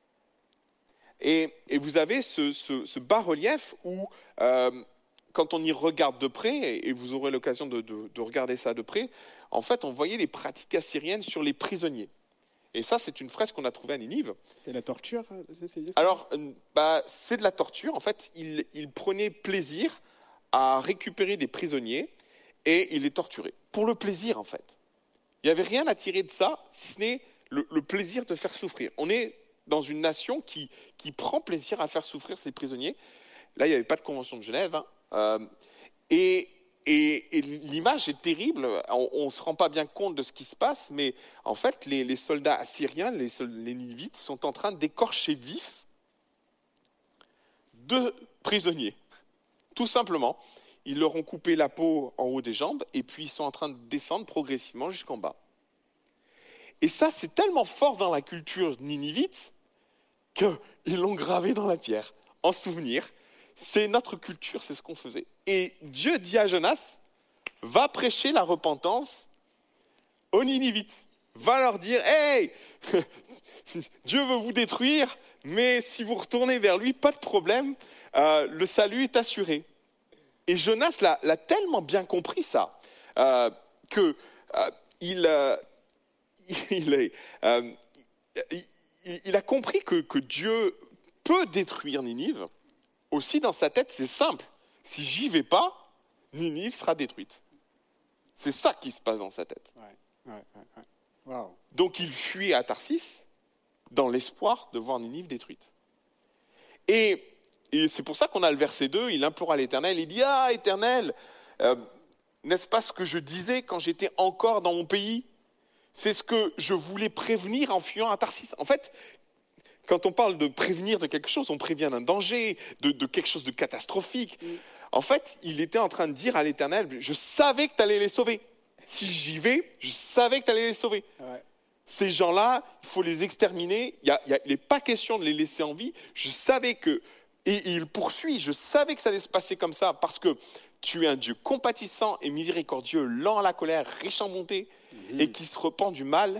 Et vous avez ce bas-relief où, quand on y regarde de près, et vous aurez l'occasion de regarder ça de près, en fait, on voyait les pratiques assyriennes sur les prisonniers. Et ça, c'est une fresque qu'on a trouvée à Ninive. C'est la torture, c'est bien ça ? Alors, c'est de la torture. En fait, il prenait plaisir à récupérer des prisonniers et il les torturait. Pour le plaisir, en fait. Il n'y avait rien à tirer de ça, si ce n'est le plaisir de faire souffrir. On est dans une nation qui prend plaisir à faire souffrir ses prisonniers. Là, il n'y avait pas de convention de Genève. Et l'image est terrible. On ne se rend pas bien compte de ce qui se passe, mais en fait, les soldats assyriens, les Ninivites, sont en train d'écorcher vifs 2 prisonniers. Tout simplement, ils leur ont coupé la peau en haut des jambes et puis ils sont en train de descendre progressivement jusqu'en bas. Et ça, c'est tellement fort dans la culture ninivite qu'ils l'ont gravé dans la pierre, en souvenir. C'est notre culture, c'est ce qu'on faisait. Et Dieu dit à Jonas, va prêcher la repentance aux Ninivites. Va leur dire, hey, Dieu veut vous détruire, mais si vous retournez vers lui, pas de problème, le salut est assuré. Et Jonas l'a tellement bien compris ça, qu'il a compris que Dieu peut détruire Ninive. Aussi dans sa tête, c'est simple. Si j'y vais pas, Ninive sera détruite. C'est ça qui se passe dans sa tête. Ouais. Wow. Donc il fuit à Tarsis dans l'espoir de voir Ninive détruite. Et c'est pour ça qu'on a le verset 2, il implora l'Éternel, il dit « Ah, Éternel, n'est-ce pas ce que je disais quand j'étais encore dans mon pays ? C'est ce que je voulais prévenir en fuyant à Tarsis. » En fait, quand on parle de prévenir de quelque chose, on prévient d'un danger, de quelque chose de catastrophique. En fait, il était en train de dire à l'Éternel, je savais que tu allais les sauver. Si j'y vais, je savais que tu allais les sauver. Ouais. Ces gens-là, il faut les exterminer. Il n'est pas question de les laisser en vie. Je savais que... Et il poursuit, je savais que ça allait se passer comme ça, parce que tu es un Dieu compatissant et miséricordieux, lent à la colère, riche en bonté, et qui se repent du mal.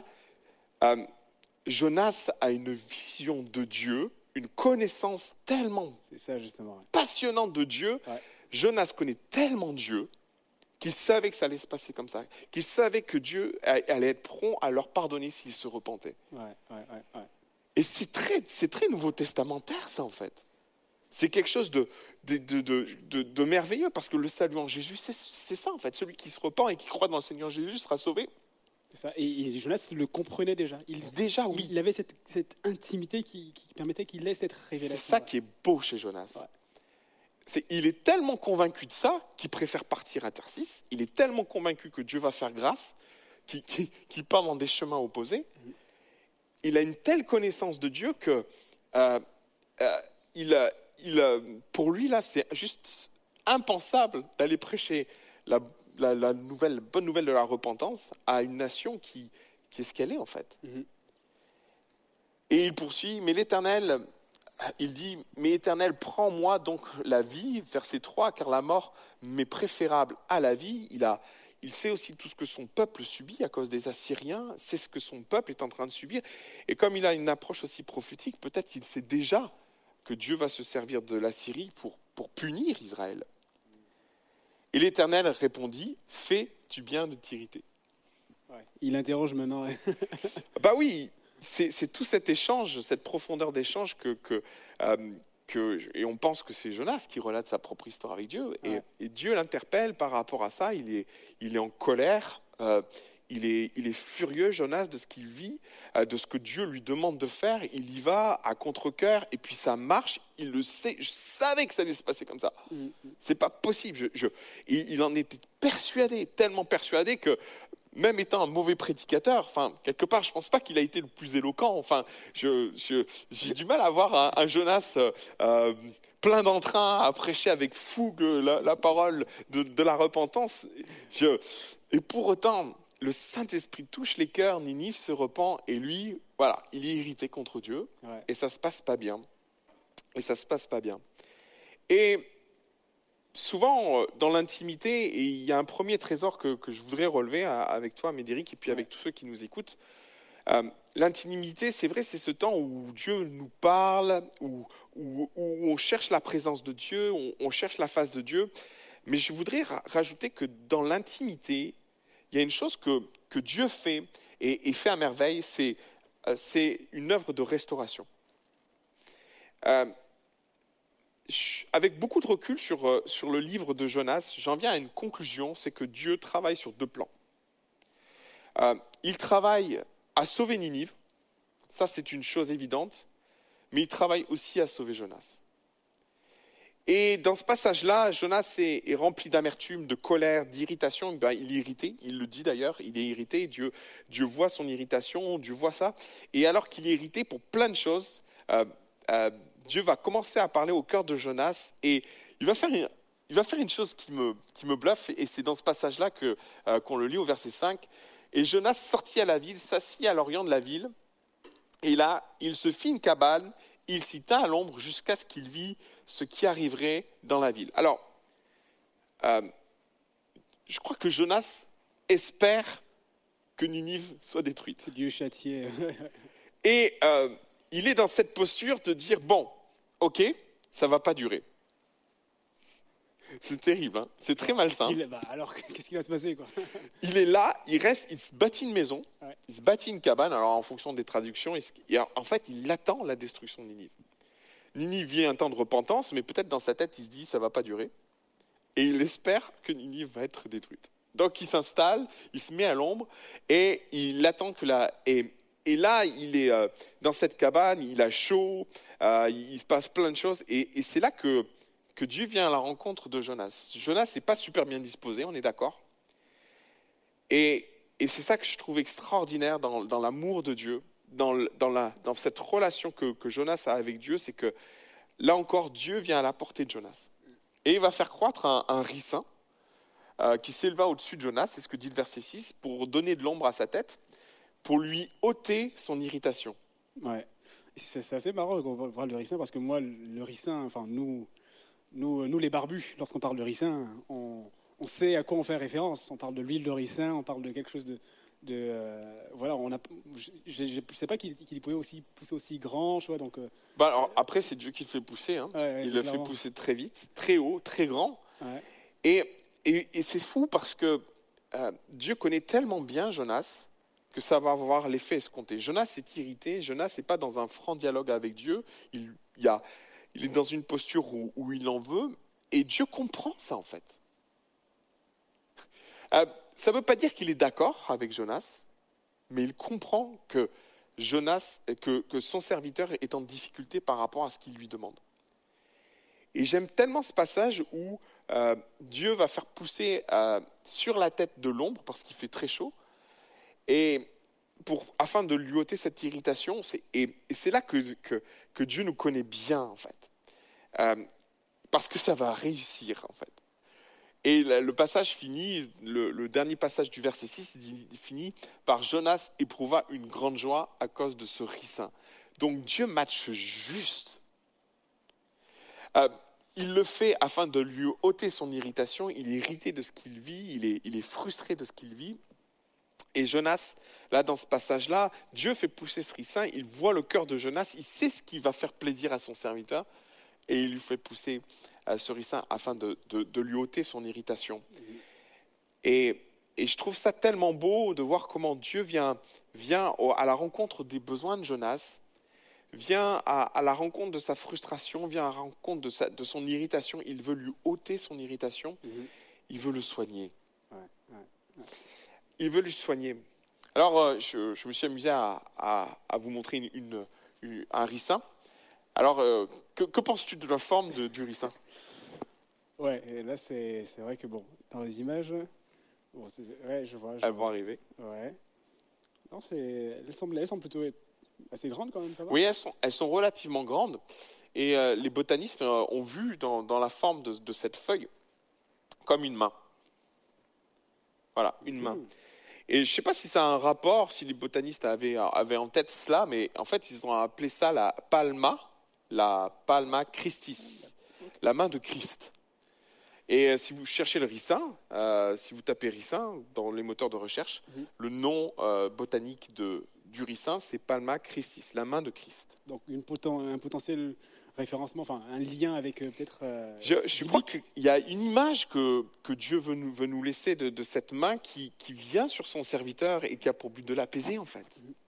Jonas a une vision de Dieu, une connaissance tellement C'est ça, justement. passionnante de Dieu. Ouais. Jonas connaît tellement Dieu qu'il savait que ça allait se passer comme ça, qu'il savait que Dieu allait être prompt à leur pardonner s'ils se repentaient. Ouais. Et c'est très nouveau testamentaire, ça, en fait. C'est quelque chose de merveilleux, parce que le salut en Jésus, c'est ça, en fait. Celui qui se repent et qui croit dans le Seigneur Jésus sera sauvé. C'est ça. Et Jonas le comprenait déjà. Déjà, oui. Il avait cette intimité qui permettait qu'il ait cette révélation. C'est ça qui est beau chez Jonas. Il est tellement convaincu de ça qu'il préfère partir à Tarsis. Il est tellement convaincu que Dieu va faire grâce qu'il part dans des chemins opposés. Il a une telle connaissance de Dieu que pour lui, là, c'est juste impensable d'aller prêcher la bonne nouvelle de la repentance à une nation qui est ce qu'elle est, en fait. Et il poursuit, mais l'Éternel... Il dit, mais Éternel, prends-moi donc la vie, verset 3, car la mort m'est préférable à la vie. Il sait aussi tout ce que son peuple subit à cause des Assyriens, c'est ce que son peuple est en train de subir. Et comme il a une approche aussi prophétique, peut-être qu'il sait déjà que Dieu va se servir de l'Assyrie pour punir Israël. Et l'Éternel répondit, fais-tu bien de t'irriter ? Ouais. Il interroge maintenant. Bah oui. C'est tout cet échange, cette profondeur d'échange et on pense que c'est Jonas qui relate sa propre histoire avec Dieu. Et Dieu l'interpelle par rapport à ça. Il est en colère. Il est furieux, Jonas, de ce qu'il vit, de ce que Dieu lui demande de faire. Il y va à contre-cœur et puis ça marche. Il le sait. Je savais que ça allait se passer comme ça. C'est pas possible. Il en était persuadé, tellement persuadé que même étant un mauvais prédicateur, quelque part, je ne pense pas qu'il a été le plus éloquent. J'ai du mal à voir un Jonas plein d'entrain à prêcher avec fougue la parole de la repentance. Et pour autant, le Saint-Esprit touche les cœurs, Ninive se repent, et lui, voilà, il est irrité contre Dieu, et ça ne se passe pas bien. Et souvent, dans l'intimité, et il y a un premier trésor que je voudrais relever avec toi, Médéric, et puis avec tous ceux qui nous écoutent. L'intimité, c'est vrai, c'est ce temps où Dieu nous parle, où on cherche la présence de Dieu, on cherche la face de Dieu. Mais je voudrais rajouter que dans l'intimité, il y a une chose que Dieu fait, et fait à merveille, c'est une œuvre de restauration. Avec beaucoup de recul sur le livre de Jonas, j'en viens à une conclusion, c'est que Dieu travaille sur deux plans. Il travaille à sauver Ninive, ça c'est une chose évidente, mais il travaille aussi à sauver Jonas. Et dans ce passage-là, Jonas est rempli d'amertume, de colère, d'irritation. Il est irrité, il le dit d'ailleurs, il est irrité, Dieu voit son irritation, Dieu voit ça. Et alors qu'il est irrité pour plein de choses, Dieu va commencer à parler au cœur de Jonas et il va faire une chose qui me bluffe, et c'est dans ce passage-là qu'on le lit au verset 5. Et Jonas sortit à la ville, s'assit à l'orient de la ville, et là, il se fit une cabane, il s'y tint à l'ombre jusqu'à ce qu'il vit ce qui arriverait dans la ville. Alors, je crois que Jonas espère que Ninive soit détruite. Que Dieu châtié. Et il est dans cette posture de dire, bon, ok, ça va pas durer. C'est terrible, hein, c'est très malsain. Alors, qu'est-ce qui va se passer, quoi? Il est là, il se bâtit une maison, Ouais. il se bâtit une cabane, alors en fonction des traductions, en fait, il attend la destruction de Ninive. Ninive vit un temps de repentance, mais peut-être dans sa tête, il se dit, ça va pas durer. Et il espère que Ninive va être détruite. Donc il s'installe, il se met à l'ombre, et il attend que et là, il est dans cette cabane, il a chaud, il se passe plein de choses, et c'est là que Dieu vient à la rencontre de Jonas. Jonas n'est pas super bien disposé, on est d'accord. Et c'est ça que je trouve extraordinaire dans l'amour de Dieu, dans cette relation que Jonas a avec Dieu, c'est que là encore, Dieu vient à la portée de Jonas. Et il va faire croître un ricin qui s'éleva au-dessus de Jonas, c'est ce que dit le verset 6, pour donner de l'ombre à sa tête, pour lui ôter son irritation. Ouais. C'est assez marrant qu'on parle de ricin, parce que moi, le ricin, enfin, nous les barbus, lorsqu'on parle de ricin, on sait à quoi on fait référence. On parle de l'huile de ricin, on parle de quelque chose voilà, je ne sais pas qu'il pouvait aussi pousser aussi grand, tu vois, donc. Alors, après, c'est Dieu qui le fait pousser. Hein. Ouais, il le clairement. fait pousser très vite, très haut, très grand. Ouais. Et c'est fou parce que Dieu connaît tellement bien Jonas que ça va avoir l'effet escompté. Jonas est irrité, Jonas n'est pas dans un franc dialogue avec Dieu. Il est dans une posture où il en veut, et Dieu comprend ça en fait. Ça ne veut pas dire qu'il est d'accord avec Jonas, mais il comprend que que son serviteur est en difficulté par rapport à ce qu'il lui demande. Et j'aime tellement ce passage où Dieu va faire pousser sur la tête de l'ombre, parce qu'il fait très chaud, et afin de lui ôter cette irritation. Et c'est là que Dieu nous connaît bien, en fait. Parce que ça va réussir, en fait. Et le passage finit, le dernier passage du verset 6, il finit par « Jonas éprouva une grande joie à cause de ce ricin ». Donc Dieu matche juste. Il le fait afin de lui ôter son irritation. Il est irrité de ce qu'il vit, il est frustré de ce qu'il vit. Et Jonas, là dans ce passage-là, Dieu fait pousser ce ricin, il voit le cœur de Jonas, il sait ce qui va faire plaisir à son serviteur, et il lui fait pousser ce ricin afin de lui ôter son irritation. Et je trouve ça tellement beau de voir comment Dieu vient à la rencontre des besoins de Jonas, vient à la rencontre de sa frustration, vient à la rencontre de son irritation. Il veut lui ôter son irritation, il veut le soigner. Il veut le soigner. Alors, je me suis amusé à vous montrer un ricin. Alors, que penses-tu de la forme du ricin? Ouais, et là, c'est vrai que, bon, dans les images, bon, ouais, je vois. Elles vont arriver. Ouais. Non, elles semblent plutôt être assez grandes quand même, ça va? Oui, elles sont relativement grandes. Et les botanistes ont vu dans la forme de cette feuille comme une main. Voilà, une main. Et je ne sais pas si ça a un rapport, si les botanistes avaient en tête cela, mais en fait, ils ont appelé ça la palma Christis, la main de Christ. Et si vous cherchez le ricin, si vous tapez ricin dans les moteurs de recherche, le nom botanique du ricin, c'est Palma Christis, la main de Christ. Donc un potentiel référencement, enfin un lien avec peut-être... Je crois qu'il y a une image que Dieu veut nous laisser de cette main qui vient sur son serviteur et qui a pour but de l'apaiser en fait.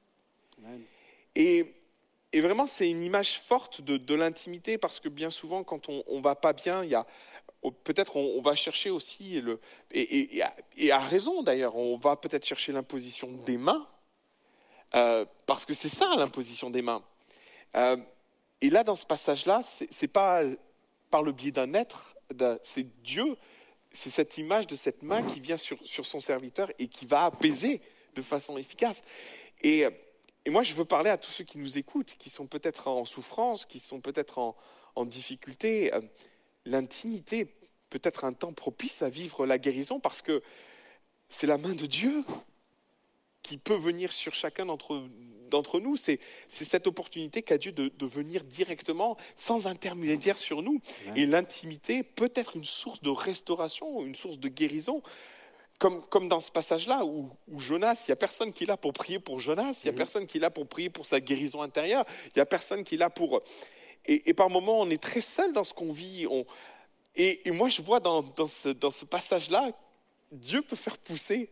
Et vraiment, c'est une image forte de l'intimité, parce que bien souvent, quand on va pas bien, il y a... Peut-être on va chercher aussi, et à raison d'ailleurs, on va peut-être chercher l'imposition des mains, parce que c'est ça l'imposition des mains. Et là, dans ce passage-là, c'est pas par le biais d'un être, c'est Dieu, c'est cette image de cette main qui vient sur son serviteur et qui va apaiser de façon efficace. Et moi, je veux parler à tous ceux qui nous écoutent, qui sont peut-être en souffrance, qui sont peut-être en difficulté. L'intimité peut être un temps propice à vivre la guérison, parce que c'est la main de Dieu qui peut venir sur chacun d'entre nous. C'est cette opportunité qu'a Dieu de venir directement, sans intermédiaire sur nous. Ouais. Et l'intimité peut être une source de restauration, une source de guérison. comme dans ce passage-là où Jonas, il n'y a personne qui est là pour prier pour Jonas, il n'y a personne qui est là pour prier pour sa guérison intérieure, il n'y a personne qui est là pour... Et par moments, on est très seul dans ce qu'on vit. Et moi, je vois dans ce passage-là, Dieu peut faire pousser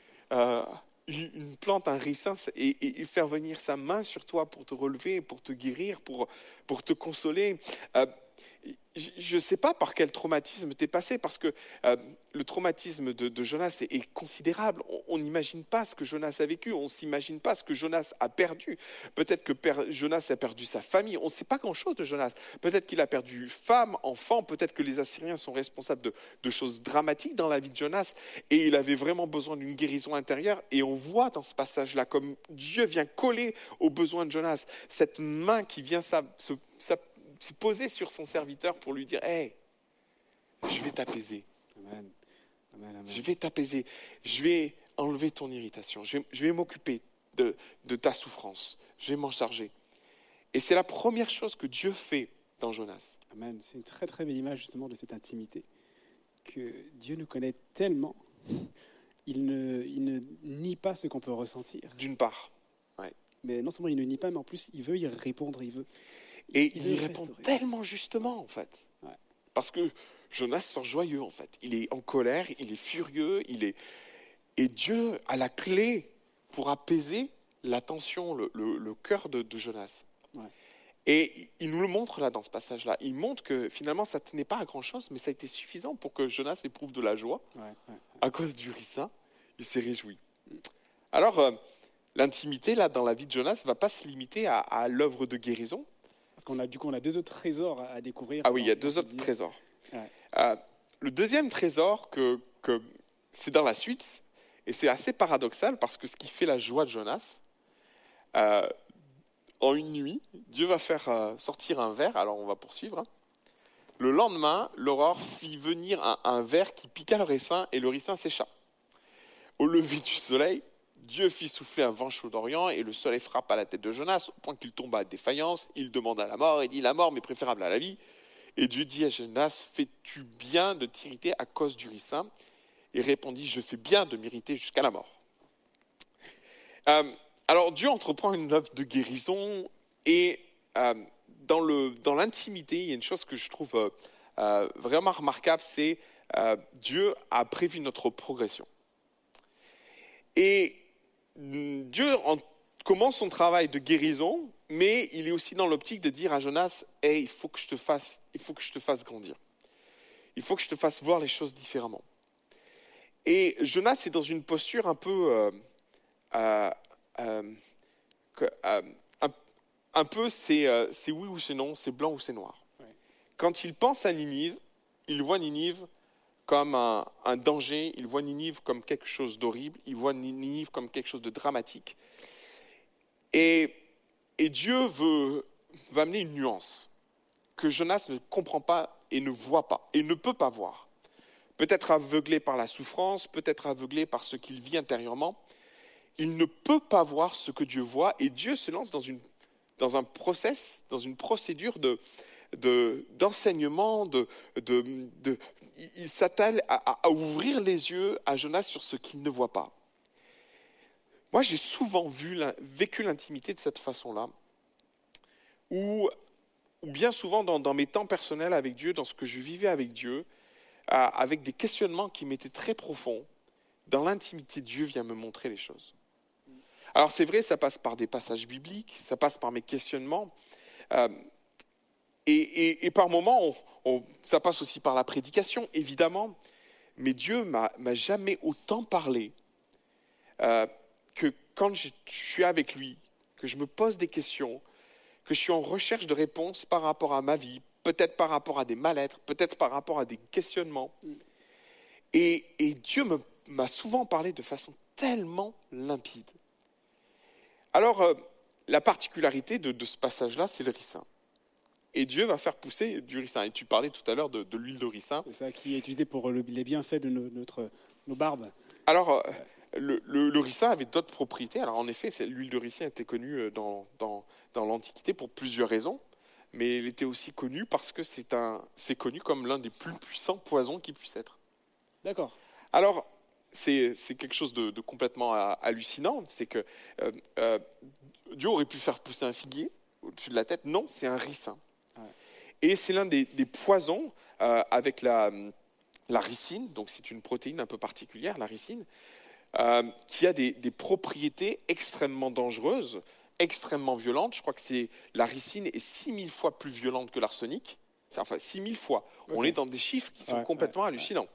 une plante, un ricin, et faire venir sa main sur toi pour te relever, pour te guérir, pour te consoler. Je ne sais pas par quel traumatisme tu es passé, parce que le traumatisme de Jonas est considérable. On n'imagine pas ce que Jonas a vécu, on ne s'imagine pas ce que Jonas a perdu. Peut-être que Jonas a perdu sa famille, on ne sait pas grand-chose de Jonas. Peut-être qu'il a perdu femme, enfant, peut-être que les Assyriens sont responsables de choses dramatiques dans la vie de Jonas, et il avait vraiment besoin d'une guérison intérieure. Et on voit dans ce passage-là comme Dieu vient coller aux besoins de Jonas, cette main qui vient se poser sur son serviteur pour lui dire « Hey, je vais t'apaiser. Amen. Amen, amen. Je vais t'apaiser. Je vais enlever ton irritation. Je vais m'occuper de ta souffrance. Je vais m'en charger. » Et c'est la première chose que Dieu fait dans Jonas. Amen. C'est une très très belle image justement de cette intimité, que Dieu nous connaît tellement, il ne nie pas ce qu'on peut ressentir. D'une part. Mais non seulement il ne nie pas, mais en plus il veut y répondre, Et il y répond tellement justement, en fait. Ouais. Parce que Jonas sort joyeux, en fait. Il est en colère, il est furieux, et Dieu a la clé pour apaiser la tension, le cœur de Jonas. Ouais. Et il nous le montre là, dans ce passage-là. Il montre que finalement, ça ne tenait pas à grand-chose, mais ça a été suffisant pour que Jonas éprouve de la joie. Ouais. À cause du ricin, il s'est réjoui. Alors, l'intimité, là, dans la vie de Jonas, ne va pas se limiter à l'œuvre de guérison. Parce qu'on a deux autres trésors à découvrir. Ah oui, il y a deux autres trésors. Ouais. Le deuxième trésor, c'est dans la suite, et c'est assez paradoxal, parce que ce qui fait la joie de Jonas, en une nuit, Dieu va faire sortir un ver, alors on va poursuivre. Le lendemain, l'aurore fit venir un ver qui piqua le ricin, et le ricin sécha. Au lever du soleil, Dieu fit souffler un vent chaud d'Orient, et le soleil frappa la tête de Jonas, au point qu'il tomba à défaillance. Il demanda la mort, et dit « La mort m'est préférable à la vie ». Et Dieu dit à Jonas « Fais-tu bien de t'irriter à cause du ricin ?» Et répondit « Je fais bien de m'irriter jusqu'à la mort ». Alors Dieu entreprend une œuvre de guérison, et dans l'intimité, il y a une chose que je trouve vraiment remarquable, c'est Dieu a prévu notre progression. Et Dieu commence son travail de guérison, mais il est aussi dans l'optique de dire à Jonas « Hey, il faut que je te fasse grandir. Il faut que je te fasse voir les choses différemment. » Et Jonas est dans une posture un peu... c'est oui ou c'est non, c'est blanc ou c'est noir. Ouais. Quand il pense à Ninive, il voit Ninive comme un danger, il voit Ninive comme quelque chose d'horrible, il voit Ninive comme quelque chose de dramatique. Et Dieu va amener une nuance que Jonas ne comprend pas et ne voit pas, et ne peut pas voir. Peut-être aveuglé par la souffrance, peut-être aveuglé par ce qu'il vit intérieurement, il ne peut pas voir ce que Dieu voit, et Dieu se lance dans un process, dans une procédure d'enseignement, il s'attelle à ouvrir les yeux à Jonas sur ce qu'il ne voit pas. Moi, j'ai souvent vécu l'intimité de cette façon-là, ou bien souvent dans mes temps personnels avec Dieu, dans ce que je vivais avec Dieu, avec des questionnements qui m'étaient très profonds. Dans l'intimité, Dieu vient me montrer les choses. Alors c'est vrai, ça passe par des passages bibliques, ça passe par mes questionnements, et par moments, ça passe aussi par la prédication, évidemment, mais Dieu m'a jamais autant parlé que quand je suis avec lui, que je me pose des questions, que je suis en recherche de réponses par rapport à ma vie, peut-être par rapport à des mal-être, peut-être par rapport à des questionnements. Et Dieu m'a souvent parlé de façon tellement limpide. Alors, la particularité de ce passage-là, c'est le ricin. Et Dieu va faire pousser du ricin. Et tu parlais tout à l'heure de l'huile de ricin. C'est ça qui est utilisé pour les bienfaits de nos barbes. Alors, le ricin avait d'autres propriétés. Alors, en effet, l'huile de ricin était connue dans l'Antiquité pour plusieurs raisons. Mais elle était aussi connue parce que c'est connu comme l'un des plus puissants poisons qui puisse être. D'accord. Alors, c'est quelque chose de complètement hallucinant. C'est que Dieu aurait pu faire pousser un figuier au-dessus de la tête. Non, c'est un ricin. Ouais. Et c'est l'un des poisons avec la ricine, donc c'est une protéine un peu particulière, la ricine, qui a des propriétés extrêmement dangereuses, extrêmement violentes. Je crois que la ricine est 6000 fois plus violente que l'arsenic. Enfin, 6000 fois. Okay. On est dans des chiffres qui sont complètement hallucinants.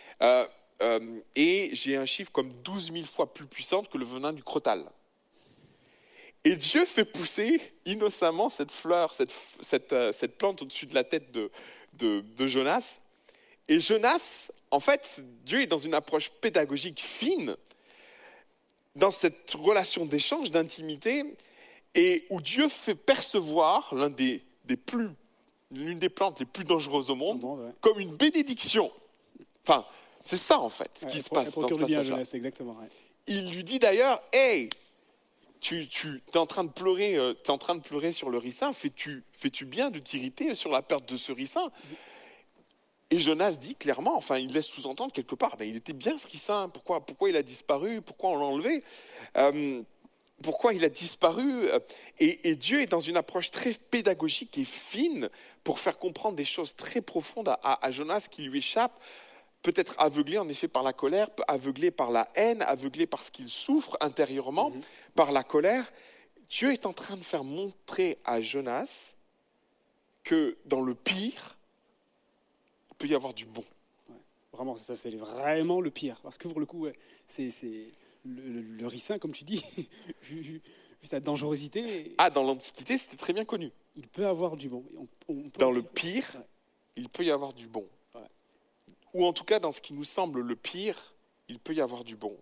Et j'ai un chiffre comme 12 000 fois plus puissante que le venin du crotal. Et Dieu fait pousser innocemment cette fleur, cette plante au-dessus de la tête de Jonas. Et Jonas, en fait, Dieu est dans une approche pédagogique fine, dans cette relation d'échange, d'intimité, et où Dieu fait percevoir l'une des plantes les plus dangereuses au monde, comme une bénédiction. Enfin, c'est ça en fait, ce qui se passe dans ce passage-là. Exactement. Ouais. Il lui dit d'ailleurs, hey, tu es en train de pleurer sur le ricin, fais-tu bien de t'irriter sur la perte de ce ricin? Et Jonas dit clairement, enfin, il laisse sous-entendre quelque part, il était bien ce ricin, pourquoi il a disparu, pourquoi on l'a enlevé, pourquoi il a disparu. Et Dieu est dans une approche très pédagogique et fine pour faire comprendre des choses très profondes à Jonas qui lui échappent, peut-être aveuglé en effet par la colère, aveuglé par la haine, aveuglé par ce qu'il souffre intérieurement, par la colère. Dieu est en train de faire montrer à Jonas que dans le pire, il peut y avoir du bon. Ouais, vraiment, ça c'est vraiment le pire. Parce que pour le coup, c'est le ricin, comme tu dis, vu sa dangerosité. Dans l'Antiquité, c'était très bien connu. Il peut avoir du bon. Dans le pire, il peut y avoir du bon. Ouais. Ou en tout cas, dans ce qui nous semble le pire, il peut y avoir du bon.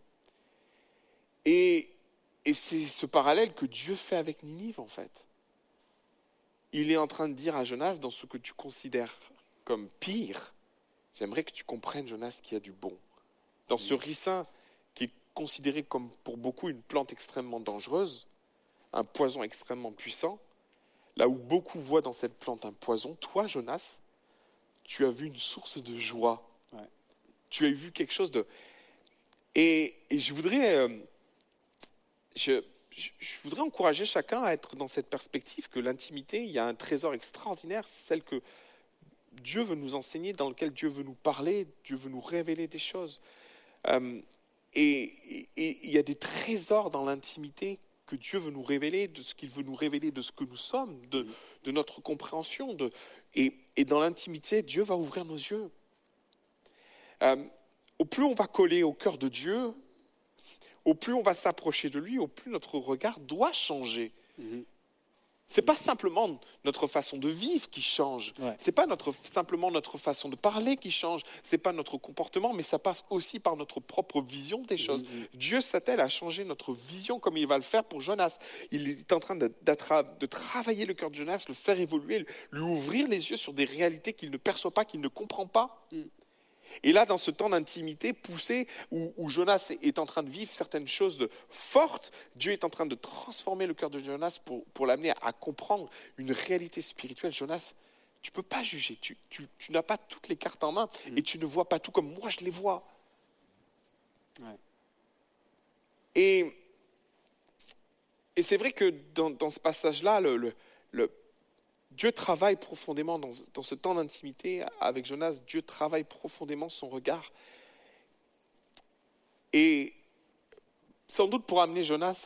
Et c'est ce parallèle que Dieu fait avec Ninive, en fait. Il est en train de dire à Jonas, dans ce que tu considères comme pire, j'aimerais que tu comprennes, Jonas, qu'il y a du bon. Dans ce ricin qui est considéré comme pour beaucoup une plante extrêmement dangereuse, un poison extrêmement puissant, là où beaucoup voient dans cette plante un poison, toi, Jonas, tu as vu une source de joie. Ouais. Tu as vu quelque chose de... Et je voudrais... Je voudrais encourager chacun à être dans cette perspective que l'intimité, il y a un trésor extraordinaire, celle que Dieu veut nous enseigner, dans lequel Dieu veut nous parler, Dieu veut nous révéler des choses. Et il y a des trésors dans l'intimité que Dieu veut nous révéler, de ce qu'il veut nous révéler, de ce que nous sommes, de notre compréhension. Et dans l'intimité, Dieu va ouvrir nos yeux. Au plus on va coller au cœur de Dieu, au plus on va s'approcher de lui, au plus notre regard doit changer. C'est pas simplement notre façon de vivre qui change. Ouais. C'est pas simplement notre façon de parler qui change. C'est pas notre comportement, mais ça passe aussi par notre propre vision des choses. Dieu s'attelle à changer notre vision comme il va le faire pour Jonas. Il est en train de travailler le cœur de Jonas, le faire évoluer, lui ouvrir les yeux sur des réalités qu'il ne perçoit pas, qu'il ne comprend pas. Et là, dans ce temps d'intimité poussé, où Jonas est en train de vivre certaines choses fortes, Dieu est en train de transformer le cœur de Jonas pour l'amener à comprendre une réalité spirituelle. Jonas, tu ne peux pas juger, tu n'as pas toutes les cartes en main et tu ne vois pas tout comme moi je les vois. Ouais. Et c'est vrai que dans ce passage-là, Dieu travaille profondément dans ce temps d'intimité avec Jonas. Dieu travaille profondément son regard. Et sans doute pour amener Jonas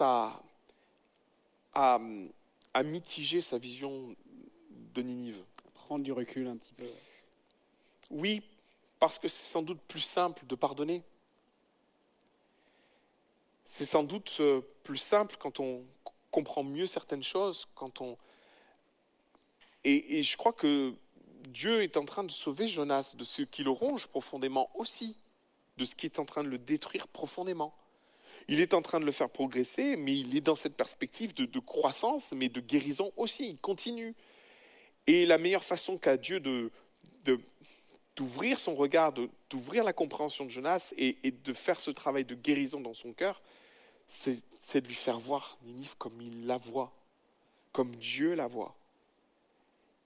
à mitiger sa vision de Ninive. Prendre du recul un petit peu. Oui, parce que c'est sans doute plus simple de pardonner. C'est sans doute plus simple quand on comprend mieux certaines choses, quand on... Et je crois que Dieu est en train de sauver Jonas de ce qui le ronge profondément aussi, de ce qui est en train de le détruire profondément. Il est en train de le faire progresser, mais il est dans cette perspective de croissance, mais de guérison aussi. Il continue. Et la meilleure façon qu'a Dieu d'ouvrir son regard, d'ouvrir la compréhension de Jonas et de faire ce travail de guérison dans son cœur, c'est de lui faire voir Ninive comme il la voit, comme Dieu la voit.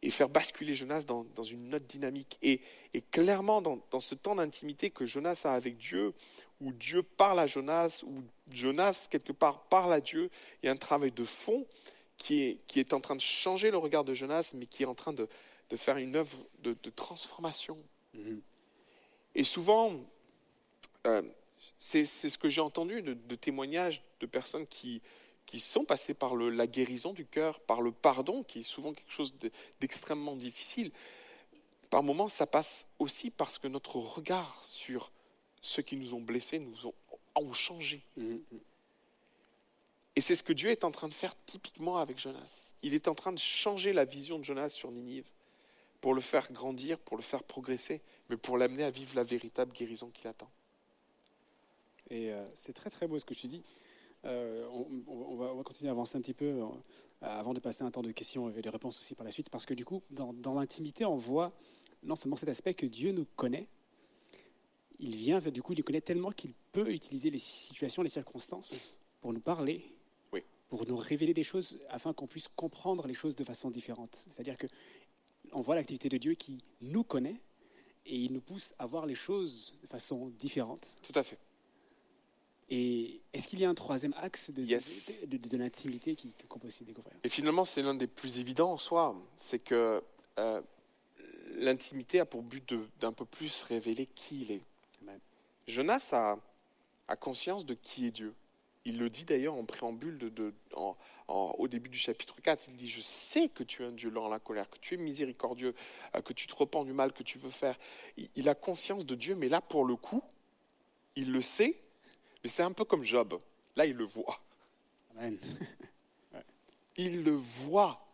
faire basculer Jonas dans une autre dynamique. Et clairement, dans ce temps d'intimité que Jonas a avec Dieu, où Dieu parle à Jonas, où Jonas, quelque part, parle à Dieu, il y a un travail de fond qui est en train de changer le regard de Jonas, mais qui est en train de faire une œuvre de transformation. Mhm. Et souvent, c'est ce que j'ai entendu de témoignages de personnes qui sont passées par la guérison du cœur, par le pardon, qui est souvent quelque chose d'extrêmement difficile. Par moments, ça passe aussi parce que notre regard sur ceux qui nous ont blessés ont changé. Mhm. Et c'est ce que Dieu est en train de faire typiquement avec Jonas. Il est en train de changer la vision de Jonas sur Ninive pour le faire grandir, pour le faire progresser, mais pour l'amener à vivre la véritable guérison qu'il attend. Et c'est très très beau ce que tu dis. On va continuer à avancer un petit peu avant de passer un temps de questions et de réponses aussi par la suite, parce que du coup, dans l'intimité, on voit non seulement cet aspect que Dieu nous connaît, il nous connaît tellement qu'il peut utiliser les situations, les circonstances pour nous parler, oui, pour nous révéler des choses afin qu'on puisse comprendre les choses de façon différente. C'est-à-dire que on voit l'activité de Dieu qui nous connaît et il nous pousse à voir les choses de façon différente. Tout à fait. Et est-ce qu'il y a un troisième axe de l'intimité qu'on peut aussi découvrir? Et finalement, c'est l'un des plus évidents en soi. C'est que l'intimité a pour but d'un peu plus révéler qui il est. Amen. Jonas a conscience de qui est Dieu. Il le dit d'ailleurs en préambule au début du chapitre 4. Il dit « Je sais que tu es un Dieu lent à la colère, que tu es miséricordieux, que tu te repens du mal que tu veux faire. » Il a conscience de Dieu, mais là, pour le coup, il le sait, mais c'est un peu comme Job. Là, il le voit. Amen. Il le voit.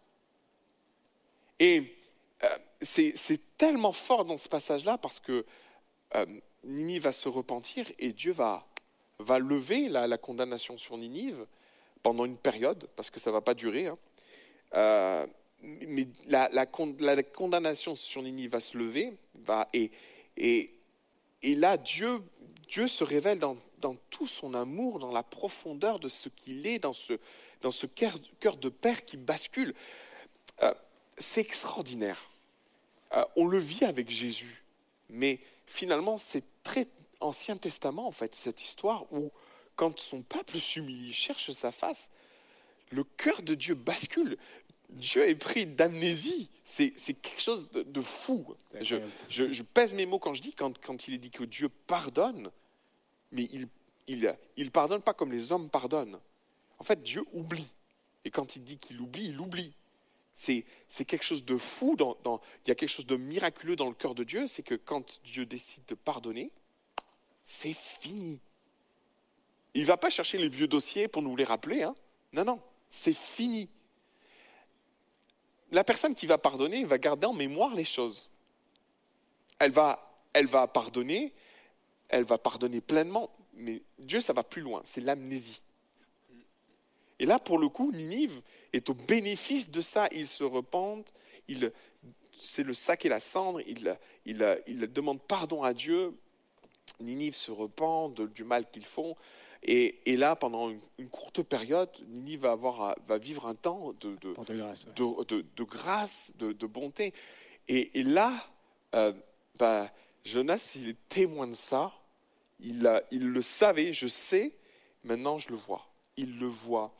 Et c'est tellement fort dans ce passage-là parce que Ninive va se repentir et Dieu va lever la condamnation sur Ninive pendant une période, parce que ça ne va pas durer. Mais la condamnation sur Ninive va se lever, et là, Dieu se révèle dans tout son amour, dans la profondeur de ce qu'il est, dans ce cœur de père qui bascule. C'est extraordinaire. On le vit avec Jésus, mais finalement, c'est très Ancien Testament, en fait, cette histoire où, quand son peuple s'humilie, cherche sa face, le cœur de Dieu bascule. Dieu est pris d'amnésie. C'est quelque chose de fou. Je pèse mes mots quand je dis, quand il est dit que Dieu pardonne, mais il pardonne pas comme les hommes pardonnent. En fait, Dieu oublie. Et quand il dit qu'il oublie, il oublie. C'est quelque chose de fou. Il y a quelque chose de miraculeux dans le cœur de Dieu, c'est que quand Dieu décide de pardonner, c'est fini. Il ne va pas chercher les vieux dossiers pour nous les rappeler. Non, c'est fini. La personne qui va pardonner va garder en mémoire les choses. Elle va pardonner pleinement, mais Dieu, ça va plus loin, c'est l'amnésie. Et là, pour le coup, Ninive est au bénéfice de ça. Ils se repentent, c'est le sac et la cendre, il demande pardon à Dieu. Ninive se repent du mal qu'ils font. Et là, pendant une courte période, Ninive va vivre un temps de grâce, de bonté. Et là, Jonas, il est témoin de ça. Il le savait, je sais, maintenant je le vois. Il le voit.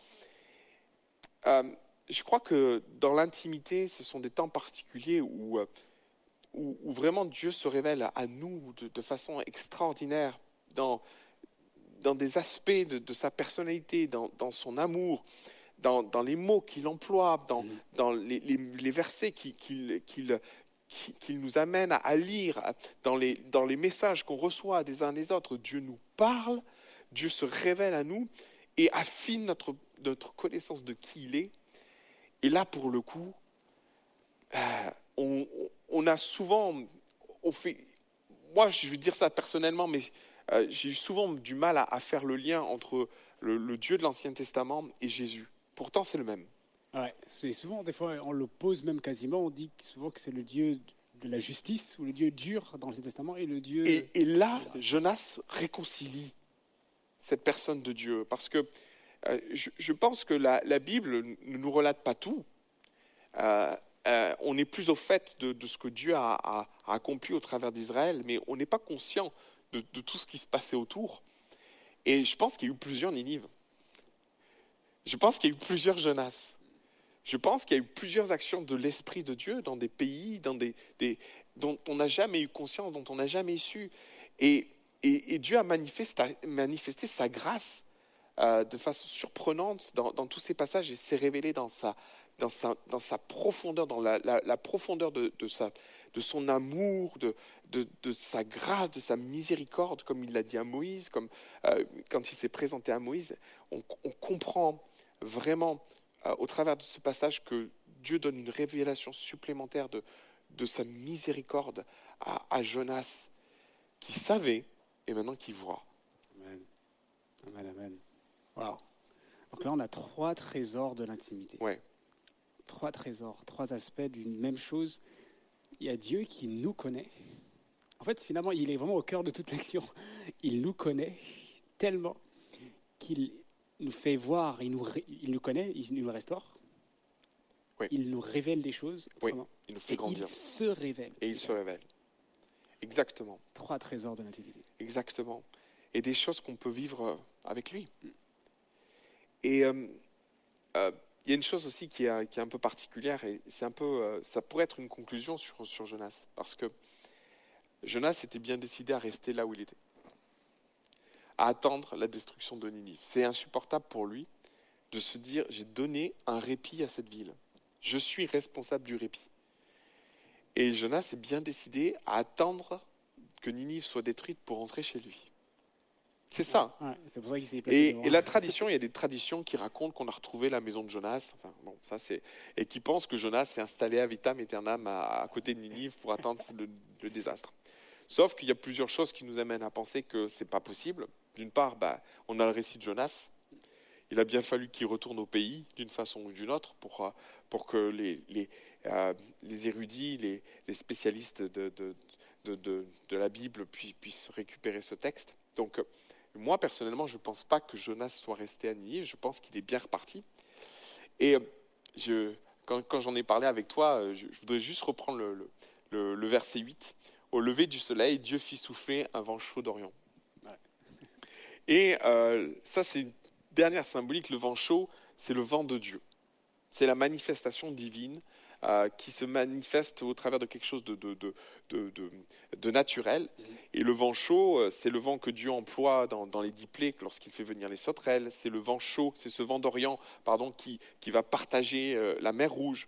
Je crois que dans l'intimité, ce sont des temps particuliers où vraiment Dieu se révèle à nous de façon extraordinaire dans des aspects de sa personnalité, dans son amour, dans les mots qu'il emploie, dans les versets qu'il nous amène à lire, dans les messages qu'on reçoit des uns des autres. Dieu nous parle, Dieu se révèle à nous et affine notre connaissance de qui il est. Et là, pour le coup, on a souvent, moi je vais dire ça personnellement, mais j'ai eu souvent du mal à faire le lien entre le Dieu de l'Ancien Testament et Jésus. Pourtant, c'est le même. Ouais, c'est souvent, des fois, on l'oppose même quasiment. On dit souvent que c'est le Dieu de la justice, ou le Dieu dur dans l'Ancien Testament, et le Dieu... Et là, Jonas réconcilie cette personne de Dieu, parce que je pense que la Bible ne nous relate pas tout. on est plus au fait de ce que Dieu a accompli au travers d'Israël, mais on n'est pas conscient de tout ce qui se passait autour. Et je pense qu'il y a eu plusieurs Ninive. Je pense qu'il y a eu plusieurs Jonas. Je pense qu'il y a eu plusieurs actions de l'Esprit de Dieu dans des pays dont on n'a jamais eu conscience, dont on n'a jamais su. Et Dieu a manifesté sa grâce de façon surprenante dans tous ces passages et s'est révélé dans sa profondeur, dans la profondeur de son amour, de sa grâce, de sa miséricorde, comme il l'a dit à Moïse, comme quand il s'est présenté à Moïse. On comprend vraiment au travers de ce passage que Dieu donne une révélation supplémentaire de sa miséricorde à Jonas, qui savait et maintenant qui voit. Amen. Amen, amen. Wow. Donc là, on a 3 trésors de l'intimité. Ouais. 3 trésors, 3 aspects d'une même chose. Il y a Dieu qui nous connaît. En fait, finalement, il est vraiment au cœur de toute l'action. Il nous connaît tellement qu'il nous fait voir, il nous connaît, il nous restaure. Oui. Il nous révèle des choses. Oui, il nous fait grandir. Il se révèle. Et il se révèle. Exactement. 3 trésors de l'intimité. Exactement. Et des choses qu'on peut vivre avec lui. Et il y a une chose aussi qui est un peu particulière, et c'est un peu, ça pourrait être une conclusion sur Jonas, parce que Jonas était bien décidé à rester là où il était, à attendre la destruction de Ninive. C'est insupportable pour lui de se dire, j'ai donné un répit à cette ville. Je suis responsable du répit. Et Jonas est bien décidé à attendre que Ninive soit détruite pour rentrer chez lui. C'est ça. Ouais, c'est pour ça qu'il s'est placé devant. Et la tradition, il y a des traditions qui racontent qu'on a retrouvé la maison de Jonas. Enfin, bon, ça c'est, et qui pensent que Jonas s'est installé à vitam aeternam à côté de Ninive pour attendre le désastre. Sauf qu'il y a plusieurs choses qui nous amènent à penser que c'est pas possible. D'une part, on a le récit de Jonas. Il a bien fallu qu'il retourne au pays d'une façon ou d'une autre pour que les érudits, les spécialistes de la Bible puissent récupérer ce texte. Donc, moi, personnellement, je ne pense pas que Jonas soit resté à Ninive. Je pense qu'il est bien reparti. Et quand j'en ai parlé avec toi, je voudrais juste reprendre le verset 8. Au lever du soleil, Dieu fit souffler un vent chaud d'Orient. Ouais. Et ça, c'est une dernière symbolique. Le vent chaud, c'est le vent de Dieu. C'est la manifestation divine qui se manifeste au travers de quelque chose de naturel. Et le vent chaud, c'est le vent que Dieu emploie dans les 10 plaies lorsqu'il fait venir les sauterelles. C'est le vent chaud, c'est ce vent d'Orient qui va partager la mer Rouge.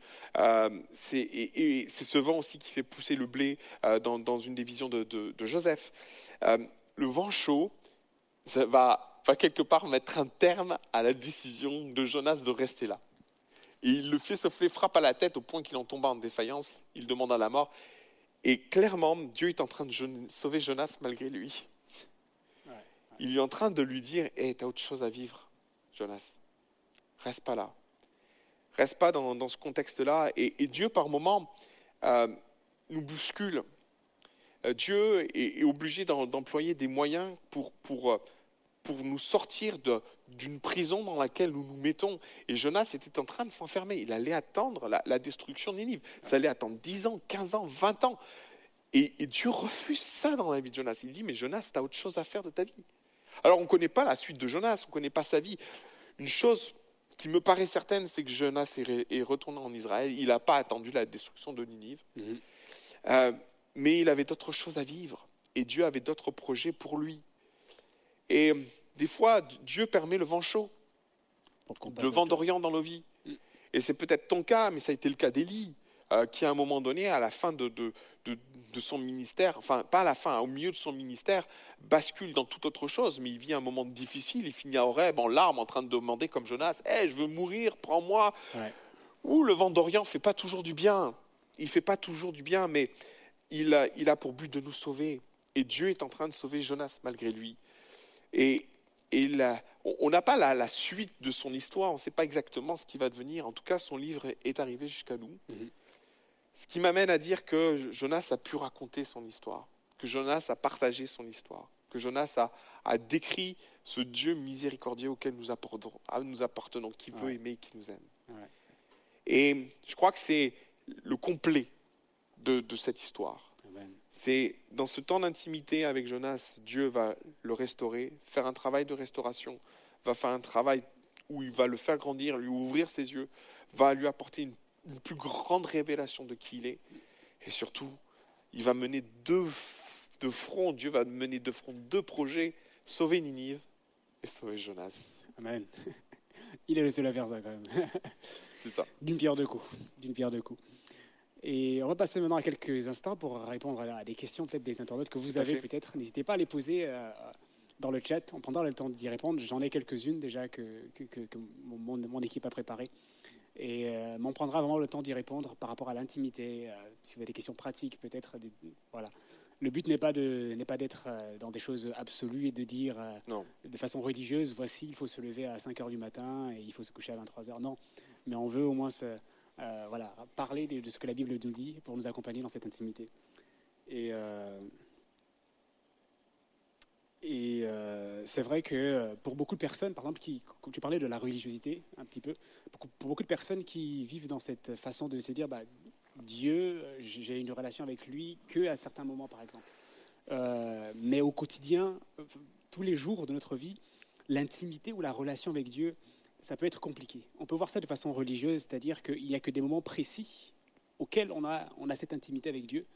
C'est ce vent aussi qui fait pousser le blé dans une des visions de Joseph. Le vent chaud, ça va quelque part mettre un terme à la décision de Jonas de rester là. Et il le fait souffler, frappe à la tête au point qu'il en tombe en défaillance. Il demande à la mort. Et clairement, Dieu est en train de sauver Jonas malgré lui. Ouais. Il est en train de lui dire, hey, t'as autre chose à vivre, Jonas. Reste pas là. Reste pas dans ce contexte-là. Et Dieu, par moments, nous bouscule. Dieu est obligé d'employer des moyens pour nous sortir d'une prison dans laquelle nous nous mettons. Et Jonas était en train de s'enfermer. Il allait attendre la destruction de Ninive. Ça allait attendre 10 ans, 15 ans, 20 ans. Et Dieu refuse ça dans la vie de Jonas. Il dit, mais Jonas, tu as autre chose à faire de ta vie. Alors, on ne connaît pas la suite de Jonas, on ne connaît pas sa vie. Une chose qui me paraît certaine, c'est que Jonas est retourné en Israël. Il n'a pas attendu la destruction de Ninive. Mais il avait d'autres choses à vivre. Et Dieu avait d'autres projets pour lui. Et des fois, Dieu permet le vent chaud, le vent d'Orient dans nos vies. Et c'est peut-être ton cas, mais ça a été le cas d'Élie, qui à un moment donné, à la fin de son ministère, enfin pas à la fin, au milieu de son ministère, bascule dans toute autre chose, mais il vit un moment difficile, il finit à Horeb en larmes, en train de demander comme Jonas, « Hey, je veux mourir, prends-moi !» Ou le vent d'Orient ne fait pas toujours du bien. Il ne fait pas toujours du bien, mais il a pour but de nous sauver. Et Dieu est en train de sauver Jonas malgré lui. Et on n'a pas la suite de son histoire, on ne sait pas exactement ce qui va devenir. En tout cas, son livre est arrivé jusqu'à nous. Ce qui m'amène à dire que Jonas a pu raconter son histoire, que Jonas a partagé son histoire, que Jonas a décrit ce Dieu miséricordieux auquel nous appartenons, qui veut aimer et qui nous aime. Ouais. Et je crois que c'est le complet de cette histoire. Amen. C'est dans ce temps d'intimité avec Jonas, Dieu va le restaurer, faire un travail de restauration, va faire un travail où il va le faire grandir, lui ouvrir ses yeux, va lui apporter une plus grande révélation de qui il est. Et surtout, il va mener Dieu va mener de front deux projets, sauver Ninive et sauver Jonas. Amen. Il est le seul à faire ça quand même. C'est ça. D'une pierre deux coups. Et on va passer maintenant à quelques instants pour répondre à des questions peut-être des internautes que vous Tout à avez fait. peut-être. N'hésitez pas à les poser dans le chat. On prendra le temps d'y répondre. J'en ai quelques-unes déjà que mon équipe a préparées. Et on prendra vraiment le temps d'y répondre par rapport à l'intimité. Si vous avez des questions pratiques peut-être. Voilà. Le but n'est pas d'être dans des choses absolues et de dire Non. de façon religieuse, voici, il faut se lever à 5 heures du matin et il faut se coucher à 23 heures. Non, mais on veut au moins parler de ce que la Bible nous dit pour nous accompagner dans cette intimité. Et c'est vrai que pour beaucoup de personnes, par exemple, quand tu parlais de la religiosité un petit peu, pour beaucoup de personnes qui vivent dans cette façon de se dire Dieu, j'ai une relation avec lui qu'à certains moments, par exemple. Mais au quotidien, tous les jours de notre vie, l'intimité ou la relation avec Dieu, ça peut être compliqué. On peut voir ça de façon religieuse, c'est-à-dire qu'il n'y a que des moments précis auxquels on a cette intimité avec Dieu.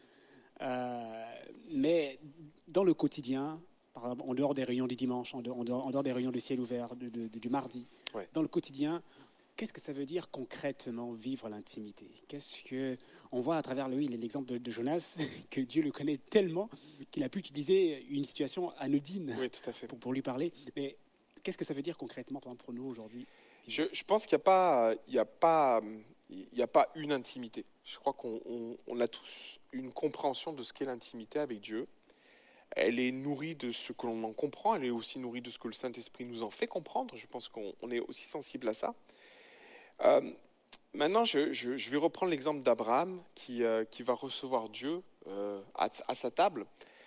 Mais dans le quotidien, par exemple, en dehors des réunions du dimanche, en dehors des réunions du ciel ouvert, du mardi, Ouais. dans le quotidien, qu'est-ce que ça veut dire concrètement vivre l'intimité ? Qu'est-ce que on voit à travers l'exemple de Jonas, que Dieu le connaît tellement qu'il a pu utiliser une situation anodine Oui, tout à fait. pour lui parler. Mais qu'est-ce que ça veut dire concrètement, par exemple, pour nous aujourd'hui ? Je pense qu'il n'y a pas une intimité. Je crois qu'on a tous une compréhension de ce qu'est l'intimité avec Dieu. Elle est nourrie de ce que l'on en comprend, elle est aussi nourrie de ce que le Saint-Esprit nous en fait comprendre. Je pense qu'on est aussi sensible à ça. Maintenant, je vais reprendre l'exemple d'Abraham qui va recevoir Dieu à sa table.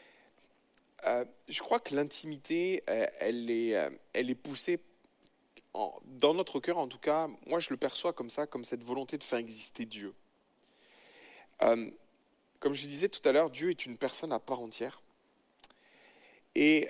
Je crois que l'intimité, elle est poussée dans notre cœur, en tout cas. Moi, je le perçois comme ça, comme cette volonté de faire exister Dieu. Comme je disais tout à l'heure, Dieu est une personne à part entière. Et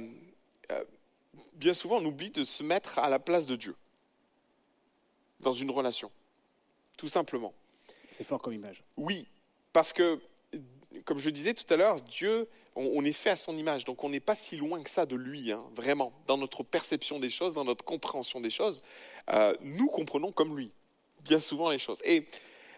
bien souvent, on oublie de se mettre à la place de Dieu dans une relation, tout simplement. C'est fort comme image. Oui, parce que, comme je disais tout à l'heure, Dieu, on est fait à son image, donc on n'est pas si loin que ça de lui, vraiment, dans notre perception des choses, dans notre compréhension des choses. Nous comprenons comme lui, bien souvent les choses. Et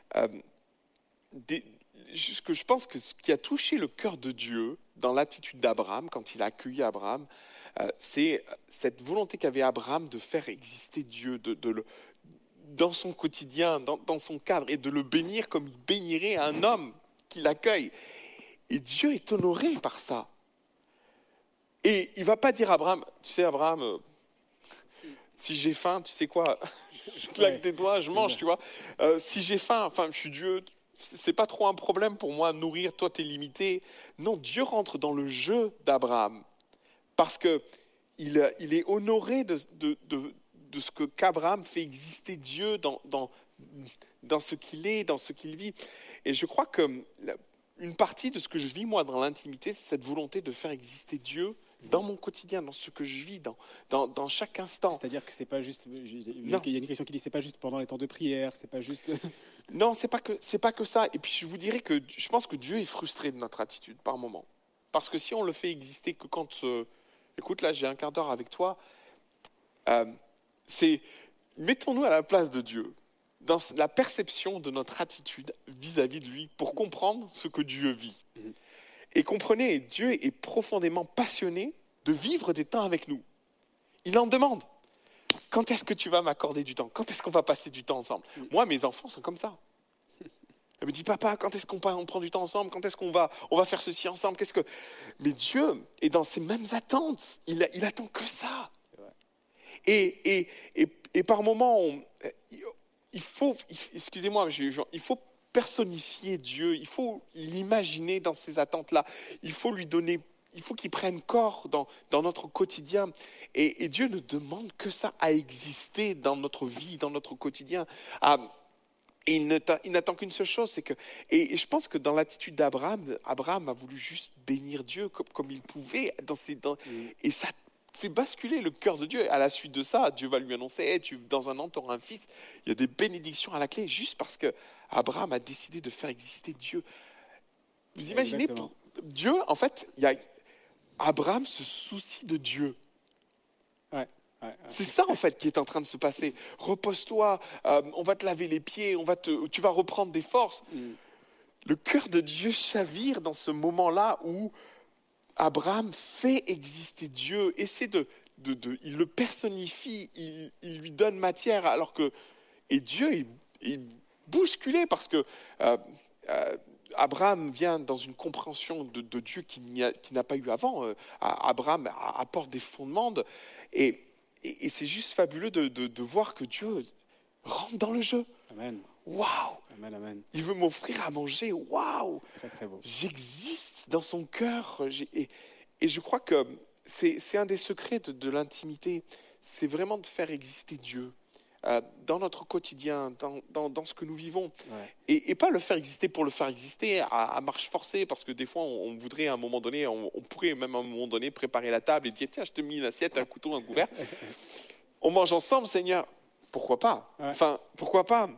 ce que je pense que ce qui a touché le cœur de Dieu dans l'attitude d'Abraham, quand il a accueilli Abraham, c'est cette volonté qu'avait Abraham de faire exister Dieu, dans son quotidien, dans son cadre, et de le bénir comme il bénirait un homme qui l'accueille. Et Dieu est honoré par ça. Et il ne va pas dire à Abraham, tu sais Abraham, si j'ai faim, tu sais quoi, je claque des doigts, je mange, tu vois. Si j'ai faim, enfin je suis Dieu, c'est pas trop un problème pour moi, nourrir, toi t'es limité. Non, Dieu rentre dans le jeu d'Abraham, parce qu'il est honoré de ce qu'Abraham fait exister Dieu dans ce qu'il est, dans ce qu'il vit. Et je crois que une partie de ce que je vis, moi, dans l'intimité, c'est cette volonté de faire exister Dieu dans mon quotidien, dans ce que je vis, dans chaque instant. C'est-à-dire que c'est pas juste... Il y a une question qui dit c'est pas juste pendant les temps de prière, c'est pas juste... Non, c'est pas que ça. Et puis je vous dirais que je pense que Dieu est frustré de notre attitude par moment. Parce que si on le fait exister que quand... écoute, là, j'ai un quart d'heure avec toi. Mettons-nous à la place de Dieu, dans la perception de notre attitude vis-à-vis de lui, pour comprendre ce que Dieu vit. Et comprenez, Dieu est profondément passionné de vivre des temps avec nous. Il en demande. Quand est-ce que tu vas m'accorder du temps ? Quand est-ce qu'on va passer du temps ensemble ? Moi, mes enfants sont comme ça. Elle me dit, papa, quand est-ce qu'on prend du temps ensemble ? Quand est-ce qu'on va faire ceci ensemble ? Mais Dieu est dans ces mêmes attentes. Il attend que ça. Et par moments, il faut personnifier Dieu, il faut l'imaginer dans ces attentes-là, il faut qu'il prenne corps dans notre quotidien. Et Dieu ne demande que ça, à exister dans notre vie, dans notre quotidien. Et il n'attend qu'une seule chose, c'est que, et je pense que dans l'attitude d'Abraham, Abraham a voulu juste bénir Dieu comme il pouvait, et ça fait basculer le cœur de Dieu. À la suite de ça, Dieu va lui annoncer, hey, dans un an, tu auras un fils. Il y a des bénédictions à la clé, juste parce que Abraham a décidé de faire exister Dieu. Vous imaginez, pour Dieu, en fait, Abraham se soucie de Dieu. C'est ça en fait qui est en train de se passer. Repose-toi, on va te laver les pieds, tu vas reprendre des forces. Le cœur de Dieu chavire dans ce moment-là où Abraham fait exister Dieu. Et il le personnifie, il lui donne matière, et Dieu est bousculé parce que Abraham vient dans une compréhension de Dieu qu'il n'a pas eu avant. Abraham apporte des fondements et c'est juste fabuleux de voir que Dieu rentre dans le jeu. Amen. Waouh! Amen, amen. Il veut m'offrir à manger. Waouh! Très, très beau. J'existe dans son cœur. Et je crois que c'est un des secrets de l'intimité. C'est vraiment de faire exister Dieu dans notre quotidien, dans ce que nous vivons. Ouais. Et pas le faire exister pour le faire exister à marche forcée, parce que des fois, on voudrait à un moment donné, on pourrait même à un moment donné préparer la table et dire, tiens, je te mets une assiette, un couteau, un couvert. On mange ensemble, Seigneur. Pourquoi pas? Ouais. Enfin, pourquoi pas?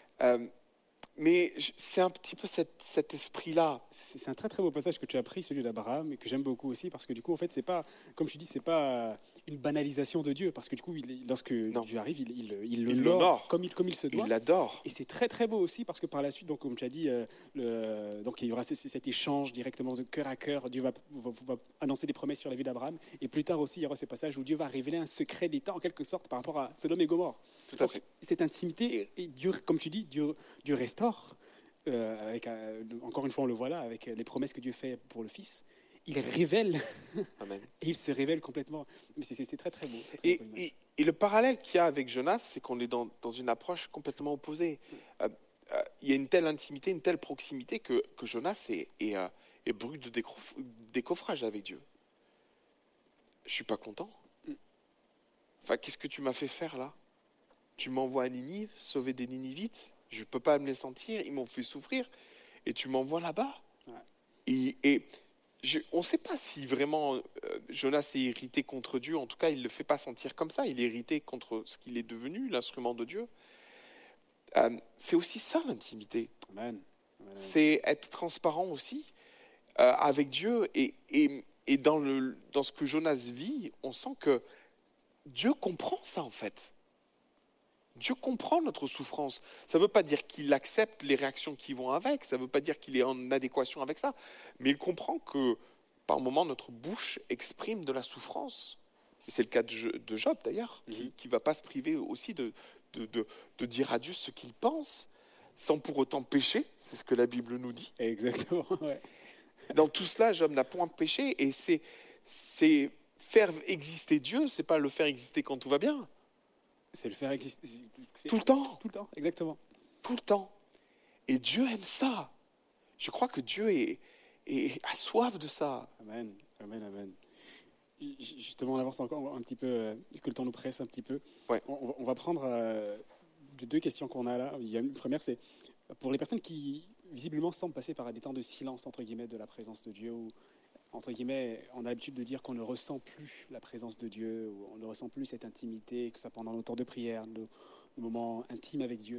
Mais c'est un petit peu cet esprit-là. C'est un très très beau passage que tu as pris, celui d'Abraham, et que j'aime beaucoup aussi, parce que du coup, en fait, c'est pas, comme tu dis, c'est pas une banalisation de Dieu, parce que du coup, lorsque Dieu arrive, il l'honore comme il se doit. Il l'adore. Et c'est très très beau aussi, parce que par la suite, donc, comme tu as dit, donc il y aura cet échange directement de cœur à cœur. Dieu va annoncer des promesses sur la vie d'Abraham, et plus tard aussi, il y aura ce passage où Dieu va révéler un secret d'État, en quelque sorte, par rapport à Sodome et Gomorrhe. Tout à fait. Cette intimité, et Dieu, comme tu dis, Dieu restaure. Encore une fois, on le voit là, avec les promesses que Dieu fait pour le Fils. Il révèle, Amen. Et il se révèle complètement. Mais c'est très très beau. Et le parallèle qu'il y a avec Jonas, c'est qu'on est dans une approche complètement opposée. Il y a une telle intimité, une telle proximité que Jonas est brut de décoffrage avec Dieu. Je suis pas content. Enfin, qu'est-ce que tu m'as fait faire là? Tu m'envoies à Ninive, sauver des Ninivites. Je ne peux pas me les sentir, ils m'ont fait souffrir. Et tu m'envoies là-bas. Ouais. On ne sait pas si vraiment Jonas est irrité contre Dieu. En tout cas, il ne le fait pas sentir comme ça. Il est irrité contre ce qu'il est devenu, l'instrument de Dieu. C'est aussi ça l'intimité. Amen. C'est être transparent aussi avec Dieu. Et dans ce que Jonas vit, on sent que Dieu comprend ça en fait. Dieu comprend notre souffrance. Ça ne veut pas dire qu'il accepte les réactions qui vont avec, ça ne veut pas dire qu'il est en adéquation avec ça, mais il comprend que par moments notre bouche exprime de la souffrance. Et c'est le cas de Job d'ailleurs, qui ne va pas se priver aussi de dire à Dieu ce qu'il pense, sans pour autant pécher, c'est ce que la Bible nous dit. Exactement, ouais. Dans tout cela, Job n'a point péché, et c'est faire exister Dieu, c'est pas le faire exister quand tout va bien. C'est le faire exister. Tout le temps. Tout le temps, exactement. Tout le temps. Et Dieu aime ça. Je crois que Dieu a soif de ça. Amen, amen, amen. Justement, on avance encore un petit peu, que le temps nous presse un petit peu. Ouais. On va prendre deux questions qu'on a là. Une première, c'est pour les personnes qui, visiblement, semblent passer par des temps de silence, entre guillemets, de la présence de Dieu, ou entre guillemets, on a l'habitude de dire qu'on ne ressent plus la présence de Dieu, ou on ne ressent plus cette intimité, que ça pendant nos temps de prière, nos moments intimes avec Dieu.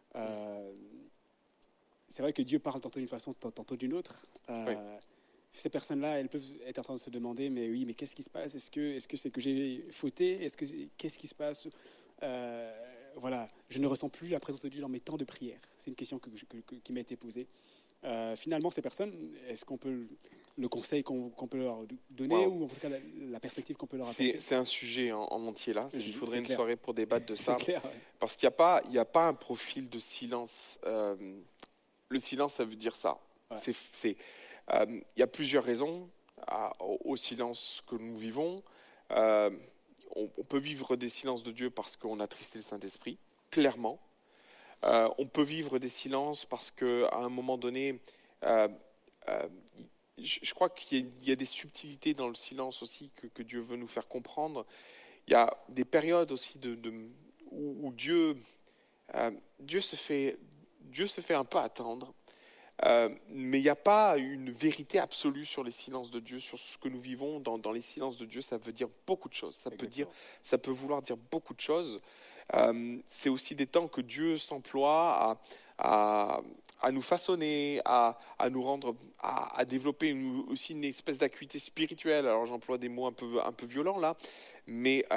C'est vrai que Dieu parle tantôt d'une façon, tantôt d'une autre. Oui. Ces personnes-là, elles peuvent être en train de se demander, mais oui, mais qu'est-ce qui se passe? Est-ce que c'est que j'ai fauté? Qu'est-ce qui se passe? Voilà, je ne ressens plus la présence de Dieu dans mes temps de prière. C'est une question qui m'a été posée. Finalement, ces personnes, est-ce qu'on peut le conseil qu'on peut leur donner, ou en tout cas la perspective qu'on peut leur apporter? C'est un sujet en entier là. Il faudrait une clair. soirée pour débattre de ça. C'est clair, ouais. Parce qu'il n'y a pas un profil de silence. Le silence, ça veut dire ça. Ouais. Il y a plusieurs raisons au silence que nous vivons. On peut vivre des silences de Dieu parce qu'on a attristé le Saint-Esprit, clairement. On peut vivre des silences parce qu'à un moment donné, je crois qu'il y a des subtilités dans le silence aussi que Dieu veut nous faire comprendre. Il y a des périodes aussi où Dieu se fait Dieu se fait un peu attendre. Mais il n'y a pas une vérité absolue sur les silences de Dieu, sur ce que nous vivons dans les silences de Dieu. Ça veut dire beaucoup de choses. Ça peut vouloir dire beaucoup de choses. C'est aussi des temps que Dieu s'emploie à nous façonner, à nous rendre, à développer aussi une espèce d'acuité spirituelle. Alors j'emploie des mots un peu violents là, mais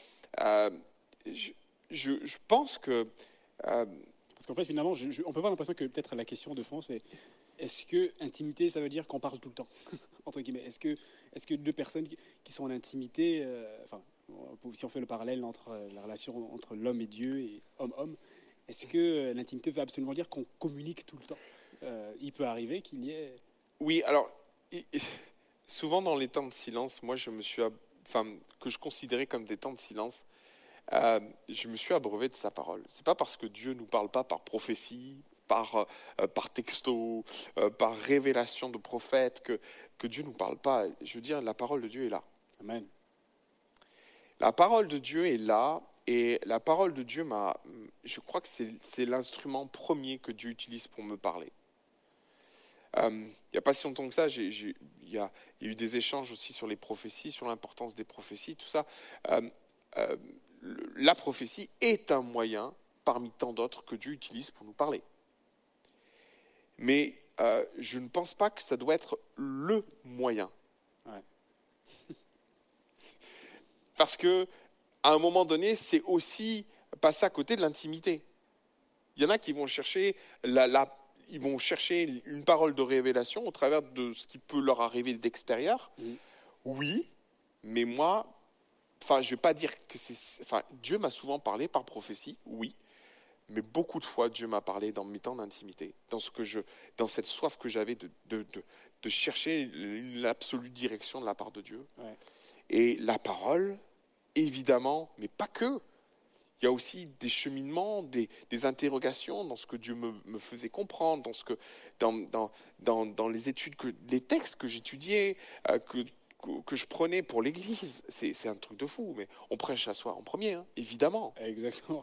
je pense que Parce qu'en fait, finalement, on peut avoir l'impression que peut-être la question de fond, c'est est-ce que intimité, ça veut dire qu'on parle tout le temps, entre guillemets. Est-ce que deux personnes qui sont en intimité, si on fait le parallèle entre la relation entre l'homme et Dieu et homme-homme, est-ce que l'intimité veut absolument dire qu'on communique tout le temps? Il peut arriver qu'il y ait... Oui, alors, souvent dans les temps de silence, moi, que je considérais comme des temps de silence, je me suis abreuvé de sa parole. C'est pas parce que Dieu nous parle pas par prophétie, par texto, par révélation de prophète que Dieu nous parle pas. Je veux dire, la parole de Dieu est là. Amen. La parole de Dieu est là, et la parole de Dieu je crois que c'est l'instrument premier que Dieu utilise pour me parler. Il n'y a pas si longtemps que ça, il y a eu des échanges aussi sur les prophéties, sur l'importance des prophéties, tout ça. La prophétie est un moyen, parmi tant d'autres, que Dieu utilise pour nous parler. Mais je ne pense pas que ça doit être le moyen. Ouais. Parce que, à un moment donné, c'est aussi passer à côté de l'intimité. Il y en a qui vont chercher ils vont chercher une parole de révélation au travers de ce qui peut leur arriver d'extérieur. Oui, mais moi, je ne vais pas dire que c'est... Dieu m'a souvent parlé par prophétie, oui, mais beaucoup de fois, Dieu m'a parlé dans mes temps d'intimité, dans cette soif que j'avais de chercher l'absolue direction de la part de Dieu. Ouais. Et la parole, évidemment, mais pas que. Il y a aussi des cheminements, des interrogations dans ce que Dieu me faisait comprendre, dans les études, les textes que j'étudiais, que je prenais pour l'Église. C'est un truc de fou, mais on prêche à soi en premier, hein, évidemment. Exactement.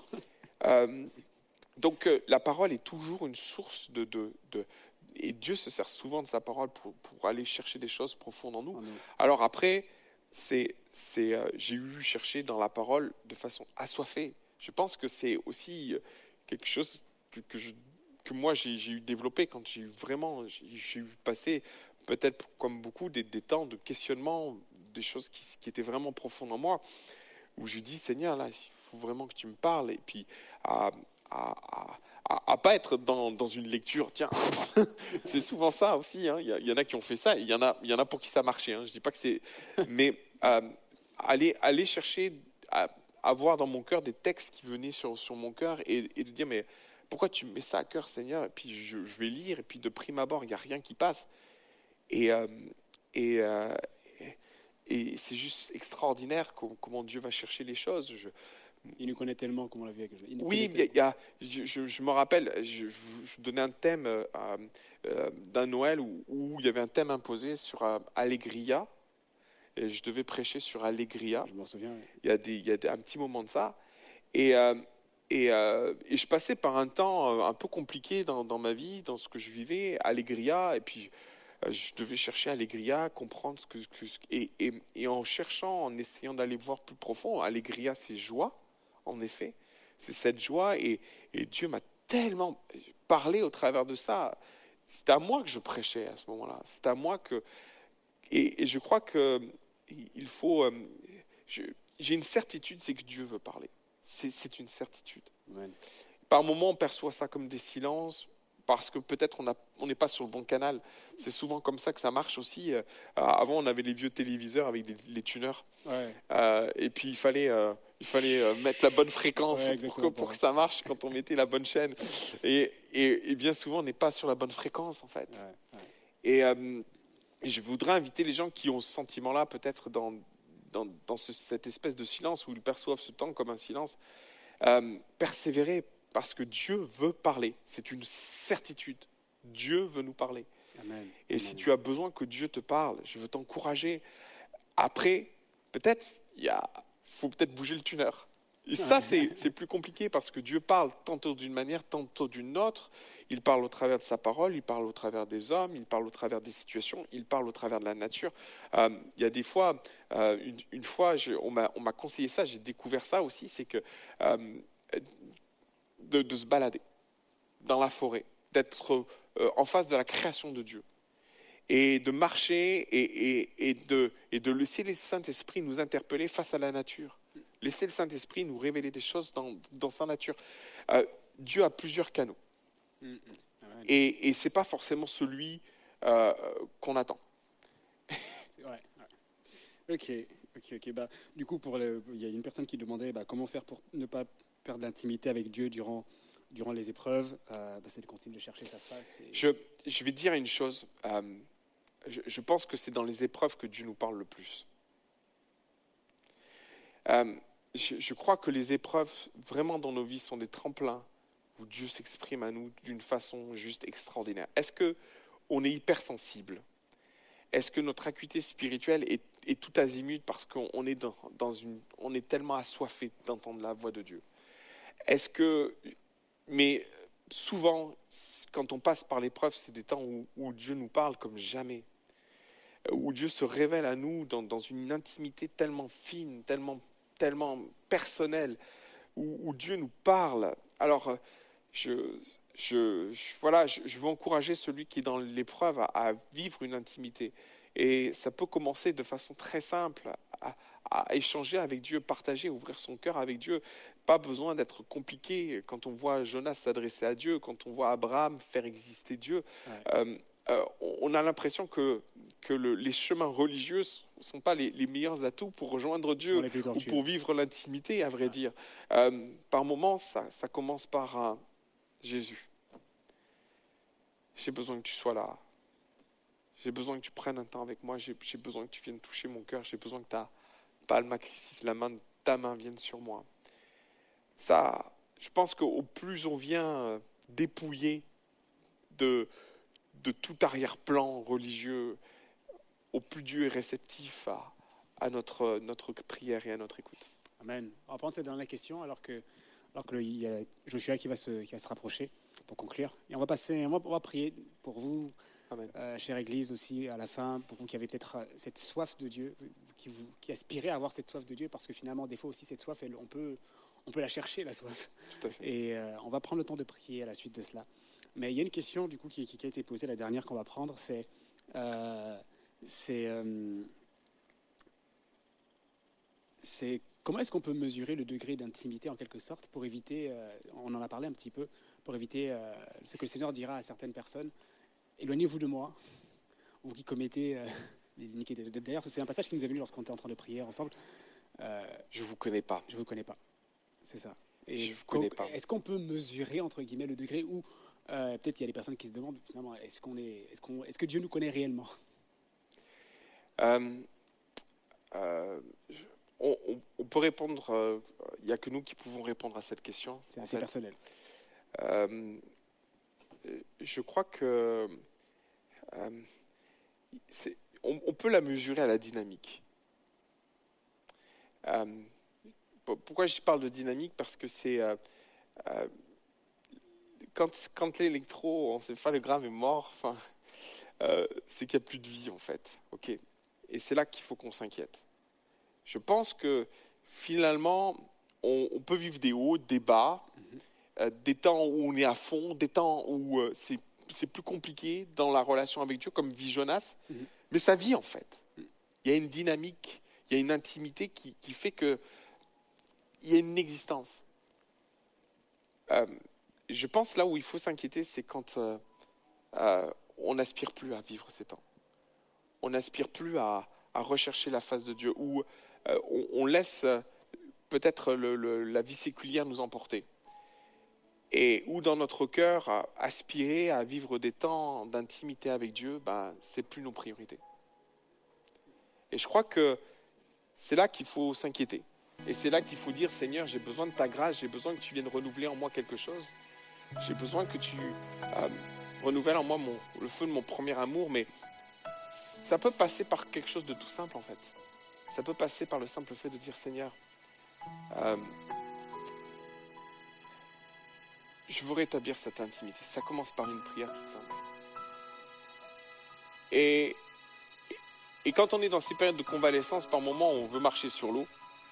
Donc la parole est toujours une source et Dieu se sert souvent de sa parole pour aller chercher des choses profondes en nous. Amen. Alors après, j'ai eu chercher dans la parole de façon assoiffée. Je pense que c'est aussi quelque chose que moi j'ai eu développé quand j'ai eu passé, peut-être comme beaucoup, des temps de questionnement, des choses qui étaient vraiment profondes en moi, où je dis, Seigneur, là, il faut vraiment que tu me parles, et puis à pas être dans une lecture, tiens, c'est souvent ça aussi, hein. Il y en a qui ont fait ça, il y en a pour qui ça marchait, hein. Je dis pas que c'est... Mais aller chercher... avoir dans mon cœur des textes qui venaient sur mon cœur et de dire, mais pourquoi tu me mets ça à cœur, Seigneur? Et puis je vais lire, et puis de prime abord, il n'y a rien qui passe. Et c'est juste extraordinaire comment Dieu va chercher les choses. Il nous connaît tellement, comme on l'a vu avec le jeu. Oui, je me rappelle, je donnais un thème d'un Noël où il y avait un thème imposé sur Allegria. Et je devais prêcher sur Allegria. Je m'en souviens. Oui. Il y a un petit moment de ça. Et je passais par un temps un peu compliqué dans ma vie, dans ce que je vivais, Allegria. Et puis, je devais chercher Allegria, comprendre et en cherchant, en essayant d'aller voir plus profond, Allegria, c'est joie, en effet. C'est cette joie. Et Dieu m'a tellement parlé au travers de ça. C'était à moi que je prêchais à ce moment-là. C'était à moi que... Et je crois que il faut... j'ai une certitude, c'est que Dieu veut parler. C'est une certitude. Amen. Par moments, on perçoit ça comme des silences, parce que peut-être on n'est pas sur le bon canal. C'est souvent comme ça que ça marche aussi. Avant, on avait les vieux téléviseurs avec les tuners. Ouais. Et puis, il fallait mettre la bonne fréquence pour que ça marche quand on mettait la bonne chaîne. Et bien souvent, on n'est pas sur la bonne fréquence, en fait. Ouais. Et je voudrais inviter les gens qui ont ce sentiment-là, peut-être dans cette espèce de silence où ils perçoivent ce temps comme un silence, persévérer parce que Dieu veut parler. C'est une certitude. Dieu veut nous parler. Amen. Et si tu as besoin que Dieu te parle, je veux t'encourager. Après, peut-être, faut peut-être bouger le tuner. Et ça, c'est plus compliqué parce que Dieu parle tantôt d'une manière, tantôt d'une autre. Il parle au travers de sa parole, il parle au travers des hommes, il parle au travers des situations, il parle au travers de la nature. Il y a des fois, une fois, on m'a conseillé ça, j'ai découvert ça aussi, c'est que de se balader dans la forêt, d'être en face de la création de Dieu et de marcher et de laisser le Saint-Esprit nous interpeller face à la nature. Laisser le Saint-Esprit nous révéler des choses dans sa nature. Dieu a plusieurs canaux. Et ce n'est pas forcément celui qu'on attend. Ok. Bah, du coup, il y a une personne qui demandait comment faire pour ne pas perdre d'intimité avec Dieu durant les épreuves. C'est de continuer de chercher sa face. Je vais dire une chose. Je pense que c'est dans les épreuves que Dieu nous parle le plus. Je crois que les épreuves, vraiment dans nos vies, sont des tremplins où Dieu s'exprime à nous d'une façon juste extraordinaire. Est-ce qu'on est hypersensible? Est-ce que notre acuité spirituelle est tout azimut parce qu'on est on est tellement assoiffé d'entendre la voix de Dieu? Mais souvent, quand on passe par l'épreuve, c'est des temps où Dieu nous parle comme jamais, où Dieu se révèle à nous dans une intimité tellement fine, tellement personnelle, où Dieu nous parle. Alors, je veux encourager celui qui est dans l'épreuve à vivre une intimité. Et ça peut commencer de façon très simple, à échanger avec Dieu, partager, ouvrir son cœur avec Dieu. Pas besoin d'être compliqué. Quand on voit Jonas s'adresser à Dieu, quand on voit Abraham faire exister Dieu, on a l'impression que les chemins religieux ne sont pas les meilleurs atouts pour rejoindre Dieu ou pour vivre l'intimité, à vrai dire. Par moments, ça commence par Jésus. J'ai besoin que tu sois là. J'ai besoin que tu prennes un temps avec moi. J'ai besoin que tu viennes toucher mon cœur. J'ai besoin que ta palme Christ, ta main vienne sur moi. Ça, je pense qu'au plus on vient dépouiller de tout arrière-plan religieux, au plus Dieu est réceptif à notre prière et à notre écoute. Amen. On va prendre cette dernière question alors que il y a Joshua qui va se rapprocher pour conclure. Et on va prier pour vous, chère Église, aussi à la fin, pour vous qui avez peut-être cette soif de Dieu, qui aspirez à avoir cette soif de Dieu, parce que finalement, des fois aussi, cette soif, on peut la chercher, la soif. Tout à fait. Et on va prendre le temps de prier à la suite de cela. Mais il y a une question du coup qui a été posée, la dernière qu'on va prendre, c'est comment est-ce qu'on peut mesurer le degré d'intimité en quelque sorte pour éviter, on en a parlé un petit peu, pour éviter ce que le Seigneur dira à certaines personnes, éloignez-vous de moi, vous qui commettez l'iniquité. D'ailleurs, c'est un passage qui nous est venu lorsqu'on était en train de prier ensemble. Je vous connais pas. Je vous connais pas, c'est ça. Et je vous connais pas. Est-ce qu'on peut mesurer entre guillemets le degré où peut-être il y a des personnes qui se demandent finalement est-ce que Dieu nous connaît réellement? On peut répondre, il n'y a que nous qui pouvons répondre à cette question. C'est assez personnel. Je crois que on peut la mesurer à la dynamique. Pourquoi je parle de dynamique? Parce que c'est quand l'électroencéphalogramme est mort, c'est qu'il n'y a plus de vie en fait. Okay. Et c'est là qu'il faut qu'on s'inquiète. Je pense que finalement, on peut vivre des hauts, des bas, des temps où on est à fond, des temps où c'est plus compliqué dans la relation avec Dieu, comme vit Jonas. Mais ça vit en fait. Il y a une dynamique, il y a une intimité qui fait qu'il y a une existence. Je pense là où il faut s'inquiéter, c'est quand on n'aspire plus à vivre ces temps. On n'aspire plus à rechercher la face de Dieu, ou on laisse peut-être la vie séculière nous emporter. Et où dans notre cœur, aspirer à vivre des temps d'intimité avec Dieu, c'est plus nos priorités. Et je crois que c'est là qu'il faut s'inquiéter. Et c'est là qu'il faut dire, Seigneur, j'ai besoin de ta grâce, j'ai besoin que tu viennes renouveler en moi quelque chose. J'ai besoin que tu renouvelles en moi le feu de mon premier amour, mais ça peut passer par quelque chose de tout simple en fait. Ça peut passer par le simple fait de dire, Seigneur, je veux rétablir cette intimité. Ça commence par une prière toute simple. Et quand on est dans ces périodes de convalescence, par moments, on veut marcher sur l'eau.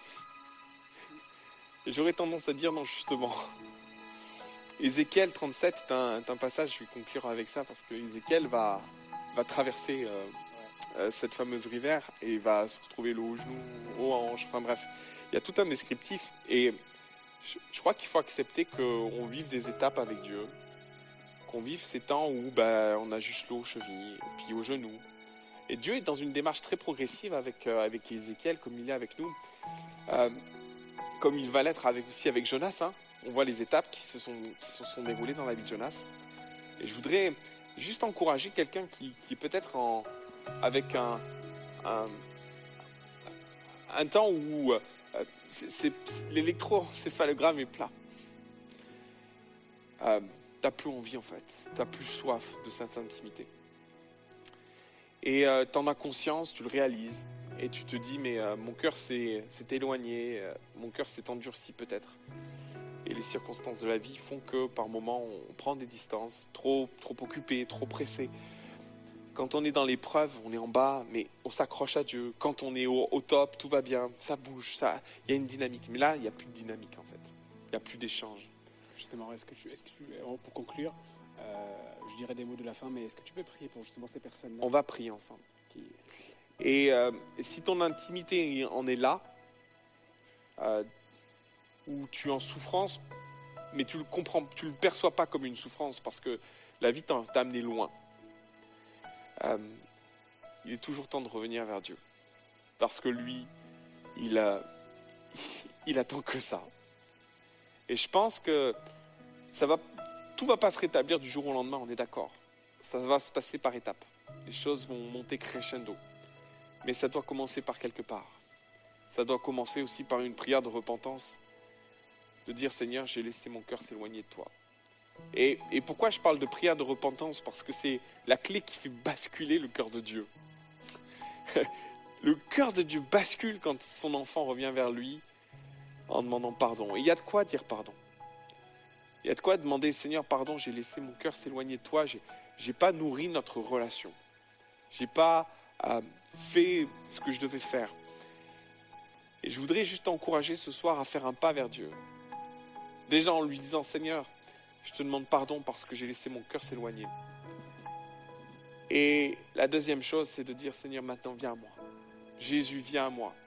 J'aurais tendance à dire non, justement. Ézéchiel 37 est un passage, je vais conclure avec ça, parce que Ézéchiel va traverser cette fameuse rivière et il va se retrouver l'eau aux genoux, aux hanches, enfin bref. Il y a tout un descriptif et je crois qu'il faut accepter qu'on vive des étapes avec Dieu, qu'on vive ces temps où on a juste l'eau aux chevilles, puis aux genoux. Et Dieu est dans une démarche très progressive avec Ézéchiel, comme il est avec nous, comme il va l'être aussi avec Jonas. Hein. On voit les étapes qui se sont déroulées dans la vie de Jonas. Et je voudrais juste encourager quelqu'un qui est peut-être avec un temps où l'électroencéphalogramme est plat. T'as plus envie en fait, t'as plus soif de cette intimité. Et t'en as conscience, tu le réalises, et tu te dis mais mon cœur s'est éloigné, mon cœur s'est endurci peut-être. Et les circonstances de la vie font que par moments on prend des distances, trop occupé, trop pressé. Quand on est dans l'épreuve, on est en bas, mais on s'accroche à Dieu. Quand on est au top, tout va bien, ça bouge, il y a une dynamique. Mais là, il n'y a plus de dynamique en fait. Il n'y a plus d'échange. Justement, est-ce que tu, pour conclure, je dirais des mots de la fin, mais est-ce que tu peux prier pour justement ces personnes-là? On va prier ensemble. Et si ton intimité en est là, où tu es en souffrance, mais tu le perçois pas comme une souffrance parce que la vie t'a amené loin. Il est toujours temps de revenir vers Dieu. Parce que lui, il attend que ça. Et je pense que tout va pas se rétablir du jour au lendemain, on est d'accord. Ça va se passer par étapes. Les choses vont monter crescendo. Mais ça doit commencer par quelque part. Ça doit commencer aussi par une prière de repentance. De dire, Seigneur, j'ai laissé mon cœur s'éloigner de toi. Et pourquoi je parle de prière de repentance? Parce que c'est la clé qui fait basculer le cœur de Dieu. Le cœur de Dieu bascule quand son enfant revient vers lui en demandant pardon. Et il y a de quoi dire pardon. Il y a de quoi demander, Seigneur, pardon, j'ai laissé mon cœur s'éloigner de toi. J'ai pas nourri notre relation. J'ai pas fait ce que je devais faire. Et je voudrais juste t'encourager ce soir à faire un pas vers Dieu. Déjà en lui disant, Seigneur, je te demande pardon parce que j'ai laissé mon cœur s'éloigner. Et la deuxième chose, c'est de dire, Seigneur, maintenant viens à moi. Jésus, viens à moi.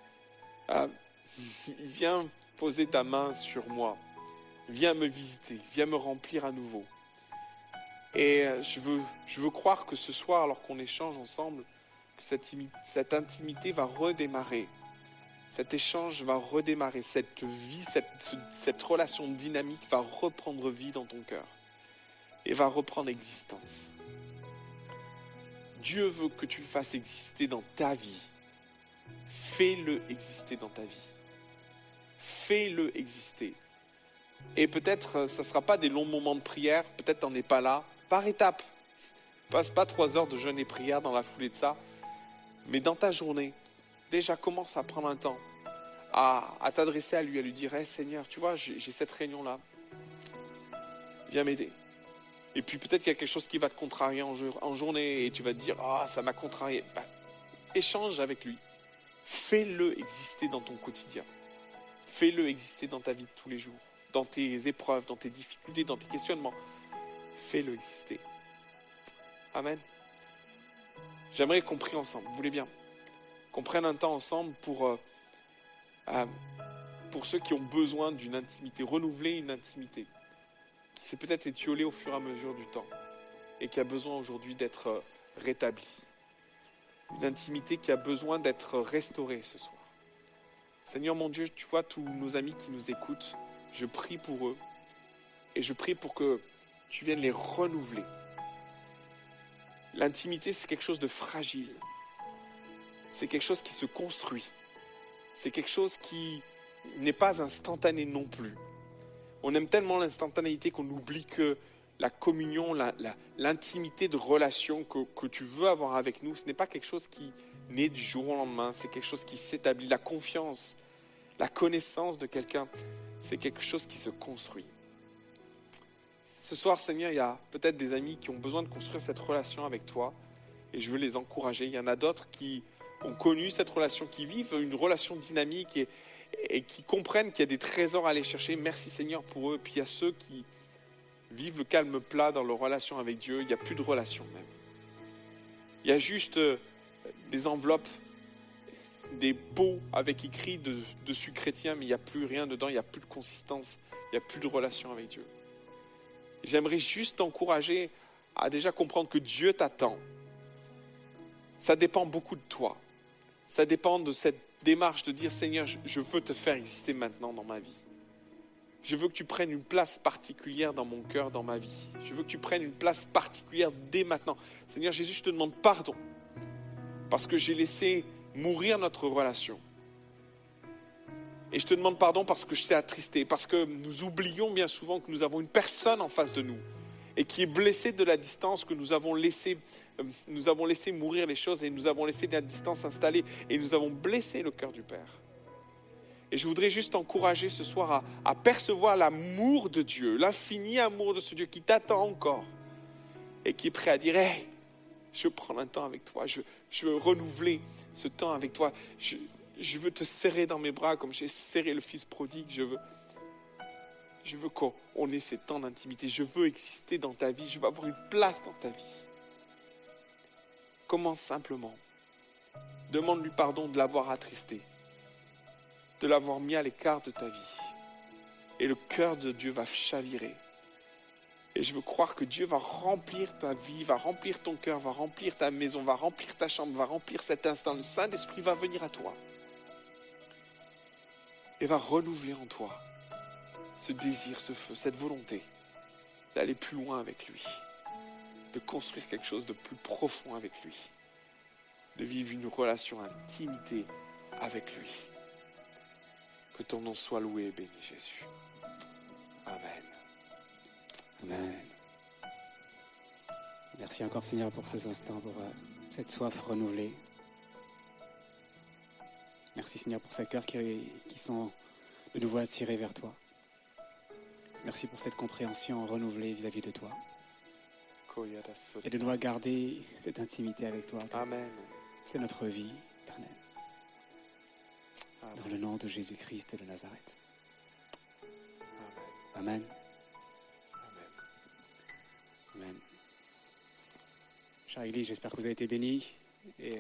Viens poser ta main sur moi. Viens me visiter. Viens me remplir à nouveau. Et je veux croire que ce soir, alors qu'on échange ensemble, que cette intimité va redémarrer. Cet échange va redémarrer, cette vie, cette relation dynamique va reprendre vie dans ton cœur et va reprendre existence. Dieu veut que tu le fasses exister dans ta vie. Fais-le exister dans ta vie. Fais-le exister. Et peut-être, ça ne sera pas des longs moments de prière, peut-être t'en es pas là, par étapes. Passe pas 3 heures de jeûne et prière dans la foulée de ça, mais dans ta journée, déjà commence à prendre un temps, à t'adresser à lui dire, hey, Seigneur, tu vois, j'ai cette réunion-là, viens m'aider. Et puis peut-être qu'il y a quelque chose qui va te contrarier en journée et tu vas te dire, ça m'a contrarié. Échange avec lui. Fais-le exister dans ton quotidien. Fais-le exister dans ta vie de tous les jours, dans tes épreuves, dans tes difficultés, dans tes questionnements. Fais-le exister. Amen. J'aimerais qu'on prie ensemble, vous voulez bien, qu'on prenne un temps ensemble pour ceux qui ont besoin d'une intimité, renouveler une intimité qui s'est peut-être étiolée au fur et à mesure du temps et qui a besoin aujourd'hui d'être rétablie. Une intimité qui a besoin d'être restaurée ce soir. Seigneur mon Dieu, tu vois tous nos amis qui nous écoutent, je prie pour eux et je prie pour que tu viennes les renouveler. L'intimité, c'est quelque chose de fragile. C'est quelque chose qui se construit. C'est quelque chose qui n'est pas instantané non plus. On aime tellement l'instantanéité qu'on oublie que la communion, l'intimité de relation que tu veux avoir avec nous, ce n'est pas quelque chose qui naît du jour au lendemain. C'est quelque chose qui s'établit. La confiance, la connaissance de quelqu'un, c'est quelque chose qui se construit. Ce soir, Seigneur, il y a peut-être des amis qui ont besoin de construire cette relation avec toi et je veux les encourager. Il y en a d'autres qui ont connu cette relation, qui vivent une relation dynamique et qui comprennent qu'il y a des trésors à aller chercher. Merci Seigneur pour eux. Puis il y a ceux qui vivent le calme plat dans leur relation avec Dieu. Il n'y a plus de relation même. Il y a juste des enveloppes, des pots avec écrit dessus chrétien, mais il n'y a plus rien dedans, il n'y a plus de consistance, il n'y a plus de relation avec Dieu. J'aimerais juste t'encourager à déjà comprendre que Dieu t'attend. Ça dépend beaucoup de toi. Ça dépend de cette démarche de dire, Seigneur, je veux te faire exister maintenant dans ma vie. Je veux que tu prennes une place particulière dans mon cœur, dans ma vie. Je veux que tu prennes une place particulière dès maintenant. Seigneur Jésus, je te demande pardon parce que j'ai laissé mourir notre relation. Et je te demande pardon parce que je t'ai attristé, parce que nous oublions bien souvent que nous avons une personne en face de nous et qui est blessée de la distance, que nous avons laissé mourir les choses et nous avons laissé la distance s'installer et nous avons blessé le cœur du Père. Et je voudrais juste t'encourager ce soir à percevoir l'amour de Dieu, l'infini amour de ce Dieu qui t'attend encore et qui est prêt à dire « Hey, je veux prendre un temps avec toi, je veux renouveler ce temps avec toi, je veux te serrer dans mes bras comme j'ai serré le fils prodigue, je veux qu'on ait ces temps d'intimité, je veux exister dans ta vie, je veux avoir une place dans ta vie. » Commence simplement. Demande-lui pardon de l'avoir attristé, de l'avoir mis à l'écart de ta vie. Et le cœur de Dieu va chavirer. Et je veux croire que Dieu va remplir ta vie, va remplir ton cœur, va remplir ta maison, va remplir ta chambre, va remplir cet instant. Le Saint-Esprit va venir à toi et va renouveler en toi ce désir, ce feu, cette volonté d'aller plus loin avec lui, de construire quelque chose de plus profond avec lui, de vivre une relation d'intimité avec lui. Que ton nom soit loué et béni, Jésus. Amen. Amen. Merci encore Seigneur pour ces instants, pour cette soif renouvelée. Merci Seigneur pour ces cœurs qui sont de nouveau attirés vers toi. Merci pour cette compréhension renouvelée vis-à-vis de toi. Et de nouveau garder cette intimité avec toi. Amen. C'est notre vie éternelle. Dans le nom de Jésus-Christ de Nazareth. Amen. Amen. Chère Église, j'espère que vous avez été bénis. Et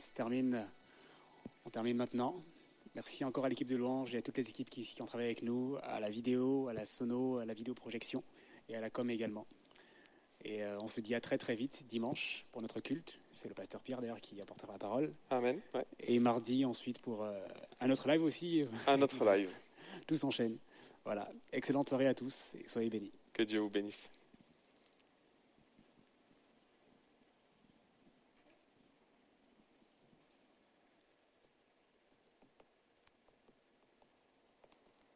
on termine maintenant. Merci encore à l'équipe de louange et à toutes les équipes qui ont travaillé avec nous, à la vidéo, à la sono, à la vidéoprojection et à la com également. Et on se dit à très très vite, dimanche, pour notre culte. C'est le pasteur Pierre d'ailleurs qui apportera la parole. Amen. Ouais. Et mardi ensuite pour un autre live aussi. Un autre live. Tout s'enchaîne. Voilà. Excellente soirée à tous et soyez bénis. Que Dieu vous bénisse.